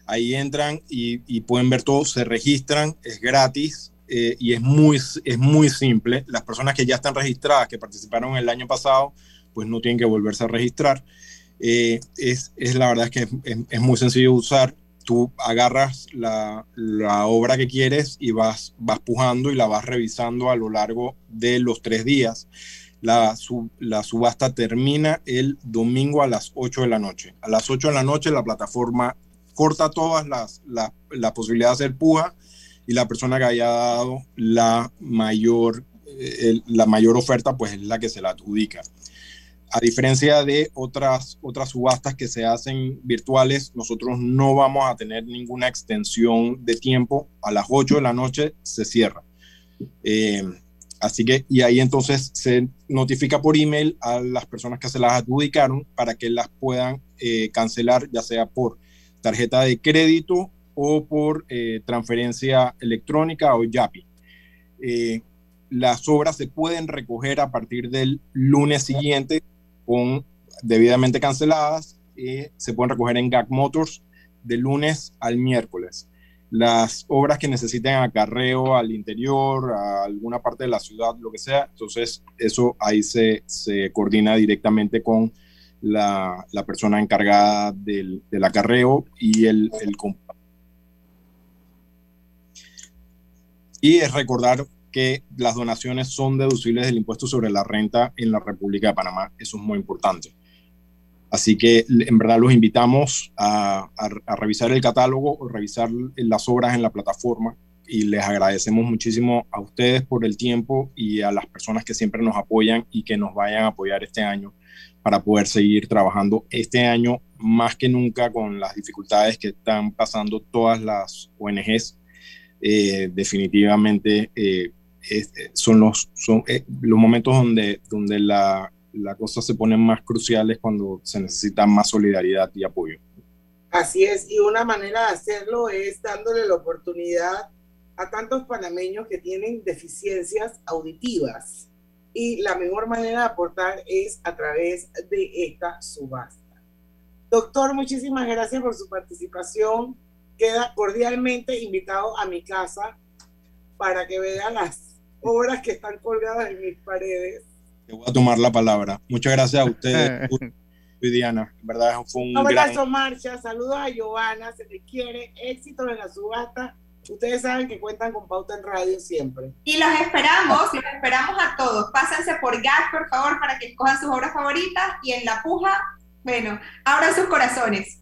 Ahí entran y, y pueden ver todo, se registran, es gratis eh, y es muy, es muy simple. Las personas que ya están registradas, que participaron el año pasado, pues no tienen que volverse a registrar. Eh, es, es la verdad es que es, es, es muy sencillo de usar. Tú agarras la, la obra que quieres y vas, vas pujando y la vas revisando a lo largo de los tres días. La, sub, la subasta termina el domingo a las ocho de la noche. A las ocho de la noche la plataforma corta todas las la, la posibilidad de hacer puja y la persona que haya dado la mayor, eh, el, la mayor oferta pues es la que se la adjudica. A diferencia de otras, otras subastas que se hacen virtuales, nosotros no vamos a tener ninguna extensión de tiempo. A las ocho de la noche se cierra. Eh, así que, y ahí entonces se notifica por email a las personas que se las adjudicaron para que las puedan eh, cancelar, ya sea por tarjeta de crédito o por eh, transferencia electrónica o Yapi. Eh, las obras se pueden recoger a partir del lunes siguiente con debidamente canceladas. Eh, se pueden recoger en G A C Motors de lunes al miércoles. Las obras que necesiten acarreo al interior, a alguna parte de la ciudad, lo que sea, entonces eso ahí se, se coordina directamente con la, la persona encargada del, del acarreo y el, el y es recordar que las donaciones son deducibles del impuesto sobre la renta en la República de Panamá. Eso es muy importante. Así que en verdad los invitamos a, a, a revisar el catálogo o revisar las obras en la plataforma y les agradecemos muchísimo a ustedes por el tiempo y a las personas que siempre nos apoyan y que nos vayan a apoyar este año para poder seguir trabajando este año más que nunca con las dificultades que están pasando todas las O N Ges. Eh, definitivamente eh, es, son, los, son eh, los momentos donde, donde la, la cosa se pone más cruciales cuando se necesita más solidaridad y apoyo. Así es, y una manera de hacerlo es dándole la oportunidad a tantos panameños que tienen deficiencias auditivas, y la mejor manera de aportar es a través de esta subasta. Doctor, muchísimas gracias por su participación. Queda cordialmente invitado a mi casa para que vean las obras que están colgadas en mis paredes. Te voy a tomar la palabra. Muchas gracias a ustedes y Diana. En verdad fue un Un gran... abrazo, Marcha. Saludos a Giovanna. Se les quiere. Éxito en la subasta. Ustedes saben que cuentan con Pauta en Radio siempre. Y los esperamos, los esperamos a todos. Pásense por G A C, por favor, para que escojan sus obras favoritas. Y en la puja, bueno, abran sus corazones.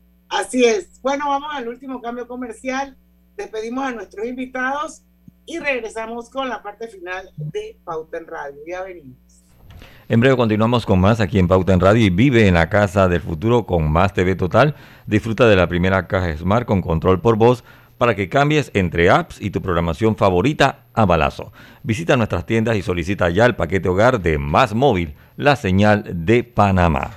Así es. Bueno, vamos al último cambio comercial. Despedimos a nuestros invitados y regresamos con la parte final de Pauta en Radio. Ya venimos. En breve continuamos con más aquí en Pauta en Radio y vive en la casa del futuro con Más T V Total. Disfruta de la primera caja Smart con control por voz para que cambies entre apps y tu programación favorita a balazo. Visita nuestras tiendas y solicita ya el paquete hogar de Más Móvil, la señal de Panamá.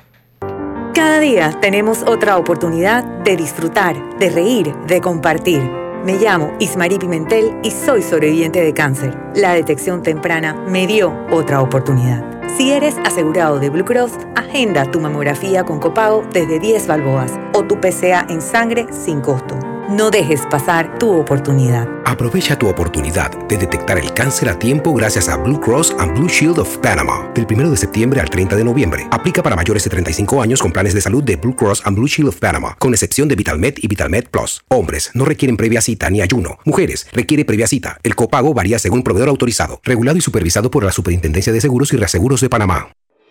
Cada día tenemos otra oportunidad de disfrutar, de reír, de compartir. Me llamo Ismarí Pimentel y soy sobreviviente de cáncer. La detección temprana me dio otra oportunidad. Si eres asegurado de Blue Cross, agenda tu mamografía con copago desde diez balboas o tu P C A en sangre sin costo. No dejes pasar tu oportunidad. Aprovecha tu oportunidad de detectar el cáncer a tiempo gracias a Blue Cross and Blue Shield of Panama. Del primero de septiembre al treinta de noviembre. Aplica para mayores de treinta y cinco años con planes de salud de Blue Cross and Blue Shield of Panama, con excepción de VitalMed y VitalMed Plus. Hombres no requieren previa cita ni ayuno. Mujeres requiere previa cita. El copago varía según proveedor autorizado. Regulado y supervisado por la Superintendencia de Seguros y Reaseguros de Panamá.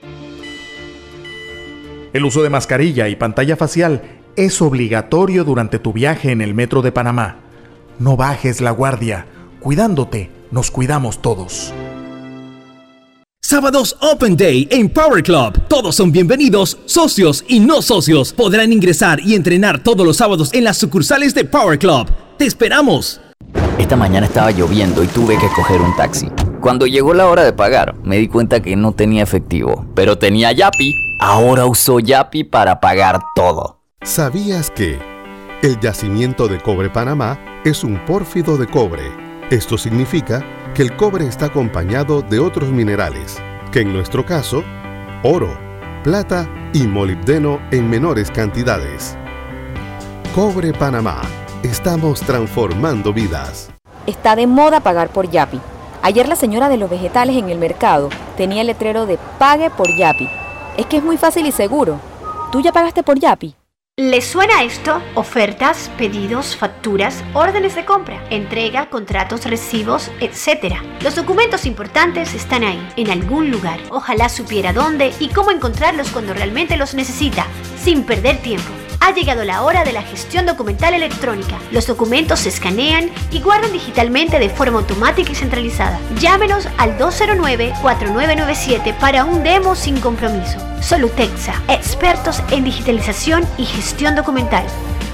El uso de mascarilla y pantalla facial es obligatorio durante tu viaje en el metro de Panamá. No bajes la guardia. Cuidándote, nos cuidamos todos. Sábados Open Day en Power Club. Todos son bienvenidos, socios y no socios. Podrán ingresar y entrenar todos los sábados en las sucursales de Power Club. ¡Te esperamos! Esta mañana estaba lloviendo y tuve que coger un taxi. Cuando llegó la hora de pagar, me di cuenta que no tenía efectivo, pero tenía Yapi. Ahora uso Yapi para pagar todo. ¿Sabías que el yacimiento de cobre Panamá es un pórfido de cobre? Esto significa que el cobre está acompañado de otros minerales, que en nuestro caso, oro, plata y molibdeno en menores cantidades. Cobre Panamá. Estamos transformando vidas. Está de moda pagar por Yapi. Ayer la señora de los vegetales en el mercado tenía el letrero de Pague por Yapi. Es que es muy fácil y seguro. ¿Tú ya pagaste por Yapi? ¿Les suena esto? Ofertas, pedidos, facturas, órdenes de compra, entrega, contratos, recibos, etcétera. Los documentos importantes están ahí, en algún lugar. Ojalá supiera dónde y cómo encontrarlos cuando realmente los necesita, sin perder tiempo. Ha llegado la hora de la gestión documental electrónica. Los documentos se escanean y guardan digitalmente de forma automática y centralizada. Llámenos al dos cero nueve, cuatro nueve nueve siete para un demo sin compromiso. Solutexa, expertos en digitalización y gestión documental.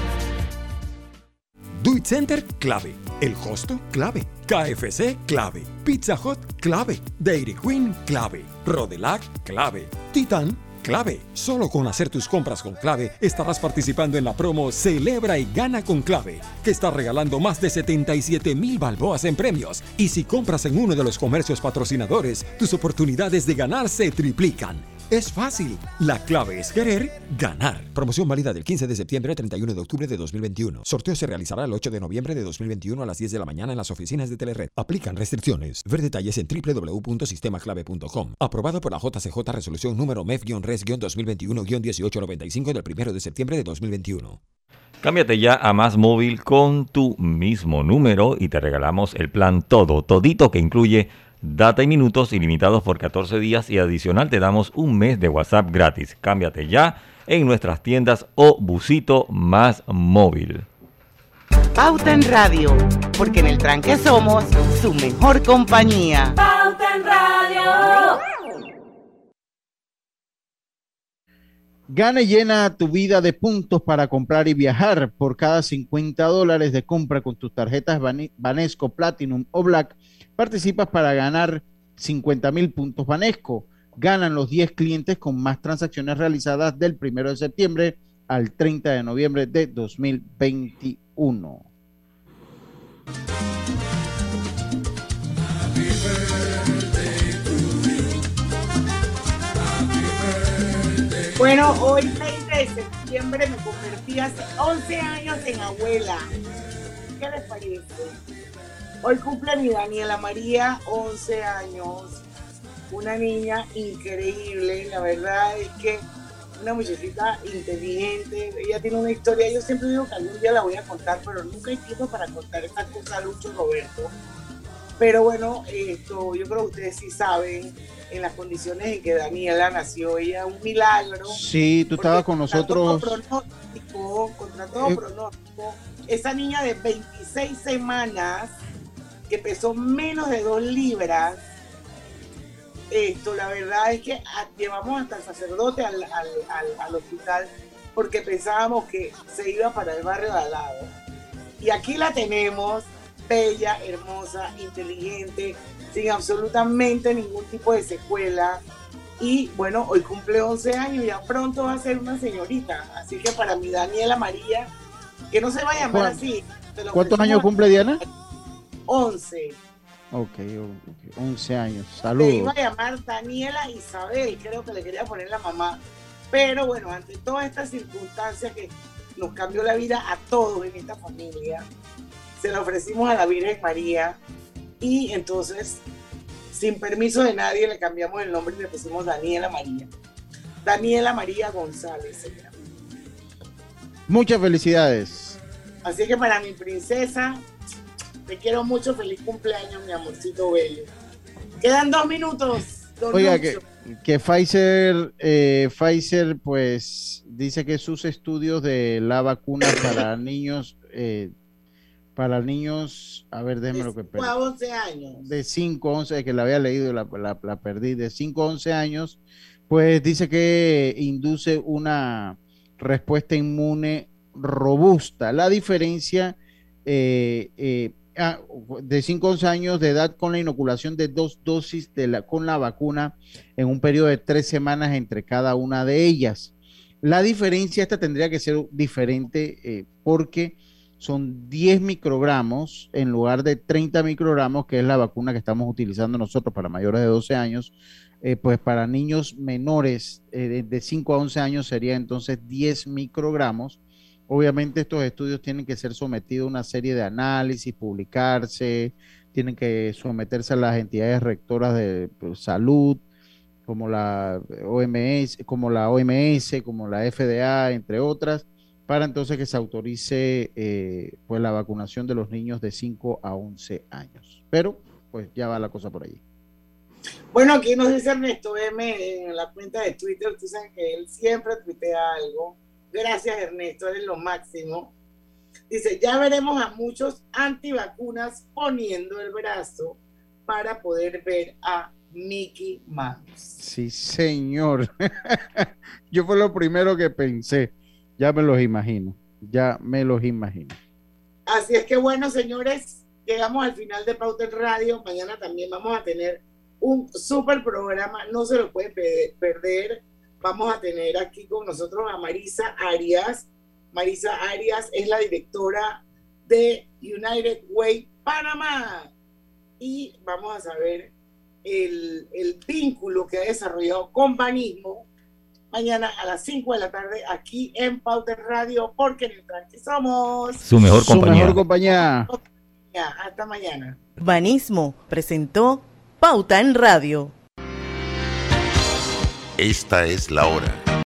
Do It Center, clave. El Costo, clave. K F C, clave. Pizza Hut, clave. Dairy Queen, clave. Rodelac, clave. Titan, clave. Solo con hacer tus compras con clave estarás participando en la promo Celebra y Gana con Clave, que está regalando más de setenta y siete mil balboas en premios. Y si compras en uno de los comercios patrocinadores, tus oportunidades de ganar se triplican. Es fácil. La clave es querer ganar. Promoción válida del quince de septiembre al treinta y uno de octubre de dos mil veintiuno. Sorteo se realizará el ocho de noviembre de dos mil veintiuno a las diez de la mañana en las oficinas de Telered. Aplican restricciones. Ver detalles en doble u doble u doble u punto sistema clave punto com. Aprobado por la J C J resolución número M E F-Res dos mil veintiuno dieciocho noventa y cinco del primero de septiembre de dos mil veintiuno. Cámbiate ya a Más Móvil con tu mismo número y te regalamos el plan todo, todito, que incluye data y minutos ilimitados por catorce días y adicional te damos un mes de WhatsApp gratis. Cámbiate ya en nuestras tiendas o busito Más Móvil. Pauta en Radio, porque en el tranque somos su mejor compañía. Pauta en Radio. Gana y llena tu vida de puntos para comprar y viajar. Por cada cincuenta dólares de compra con tus tarjetas Banesco, Platinum o Black, participas para ganar cincuenta mil puntos Banesco. Ganan los diez clientes con más transacciones realizadas del primero de septiembre al treinta de noviembre de dos mil veintiuno. Bueno, hoy veinte de septiembre me convertí hace once años en abuela. ¿Qué les parece? Hoy cumple mi Daniela María, once años, una niña increíble. La verdad es que una muchachita inteligente. Ella tiene una historia, yo siempre digo que algún día la voy a contar, pero nunca hay tiempo para contar esta cosa, Lucho, Roberto. Pero bueno, esto, yo creo que ustedes sí saben en las condiciones en que Daniela nació, ella un milagro. Sí, tú estabas con nosotros. Contra todo pronóstico, contra todo eh. pronóstico, esa niña de veintiséis semanas, que pesó menos de dos libras, esto, la verdad es que a, llevamos hasta el sacerdote al, al, al, al hospital, porque pensábamos que se iba para el barrio de al lado. Y aquí la tenemos, bella, hermosa, inteligente, sin absolutamente ningún tipo de secuela. Y bueno, hoy cumple once años, ya pronto va a ser una señorita. Así que para mi Daniela María, que no se va a llamar así. ¿Cuántos años cumple Diana? once. Ok, okay. once años. Saludos. Se iba a llamar Daniela Isabel, creo que le quería poner la mamá. Pero bueno, ante todas estas circunstancias que nos cambió la vida a todos en esta familia, se la ofrecimos a la Virgen María y entonces, sin permiso de nadie, le cambiamos el nombre y le pusimos Daniela María. Daniela María González se llama. Muchas felicidades. Así que para mi princesa, te quiero mucho, feliz cumpleaños, mi amorcito bello. Quedan dos minutos. Don Oiga, Lucho. que, que Pfizer, eh, Pfizer, pues, dice que sus estudios de la vacuna para niños, eh, para niños, a ver, déjeme lo que perdí. De once años. De cinco a once, que la había leído y la, la, la perdí, de cinco a once años, pues dice que induce una respuesta inmune robusta. La diferencia eh, eh, de cinco a once años de edad con la inoculación de dos dosis de la, con la vacuna en un periodo de tres semanas entre cada una de ellas. La diferencia esta tendría que ser diferente eh, porque son diez microgramos en lugar de treinta microgramos, que es la vacuna que estamos utilizando nosotros para mayores de doce años. Eh, pues para niños menores eh, de, de cinco a once años sería entonces diez microgramos obviamente estos estudios tienen que ser sometidos a una serie de análisis, publicarse, tienen que someterse a las entidades rectoras de pues, salud, como la O M S, como la O M S, como la F D A, entre otras, para entonces que se autorice eh, pues la vacunación de los niños de cinco a once años. Pero pues ya va la cosa por allí. Bueno, aquí nos dice Ernesto M en la cuenta de Twitter, tú sabes que él siempre tuitea algo. Gracias, Ernesto, eres lo máximo. Dice, ya veremos a muchos antivacunas poniendo el brazo para poder ver a Mickey Mouse. Sí, señor. Yo fue lo primero que pensé. Ya me los imagino. Ya me los imagino. Así es que bueno, señores, llegamos al final de Pauta en Radio. Mañana también vamos a tener un súper programa. No se lo pueden perder. Vamos a tener aquí con nosotros a Marisa Arias. Marisa Arias es la directora de United Way Panamá. Y vamos a saber el, el vínculo que ha desarrollado con Banismo mañana a las cinco de la tarde aquí en Pauta en Radio, porque en el tranque somos su mejor compañía. Su mejor compañía. Hasta mañana. Banismo presentó Pauta en Radio. Esta es la hora.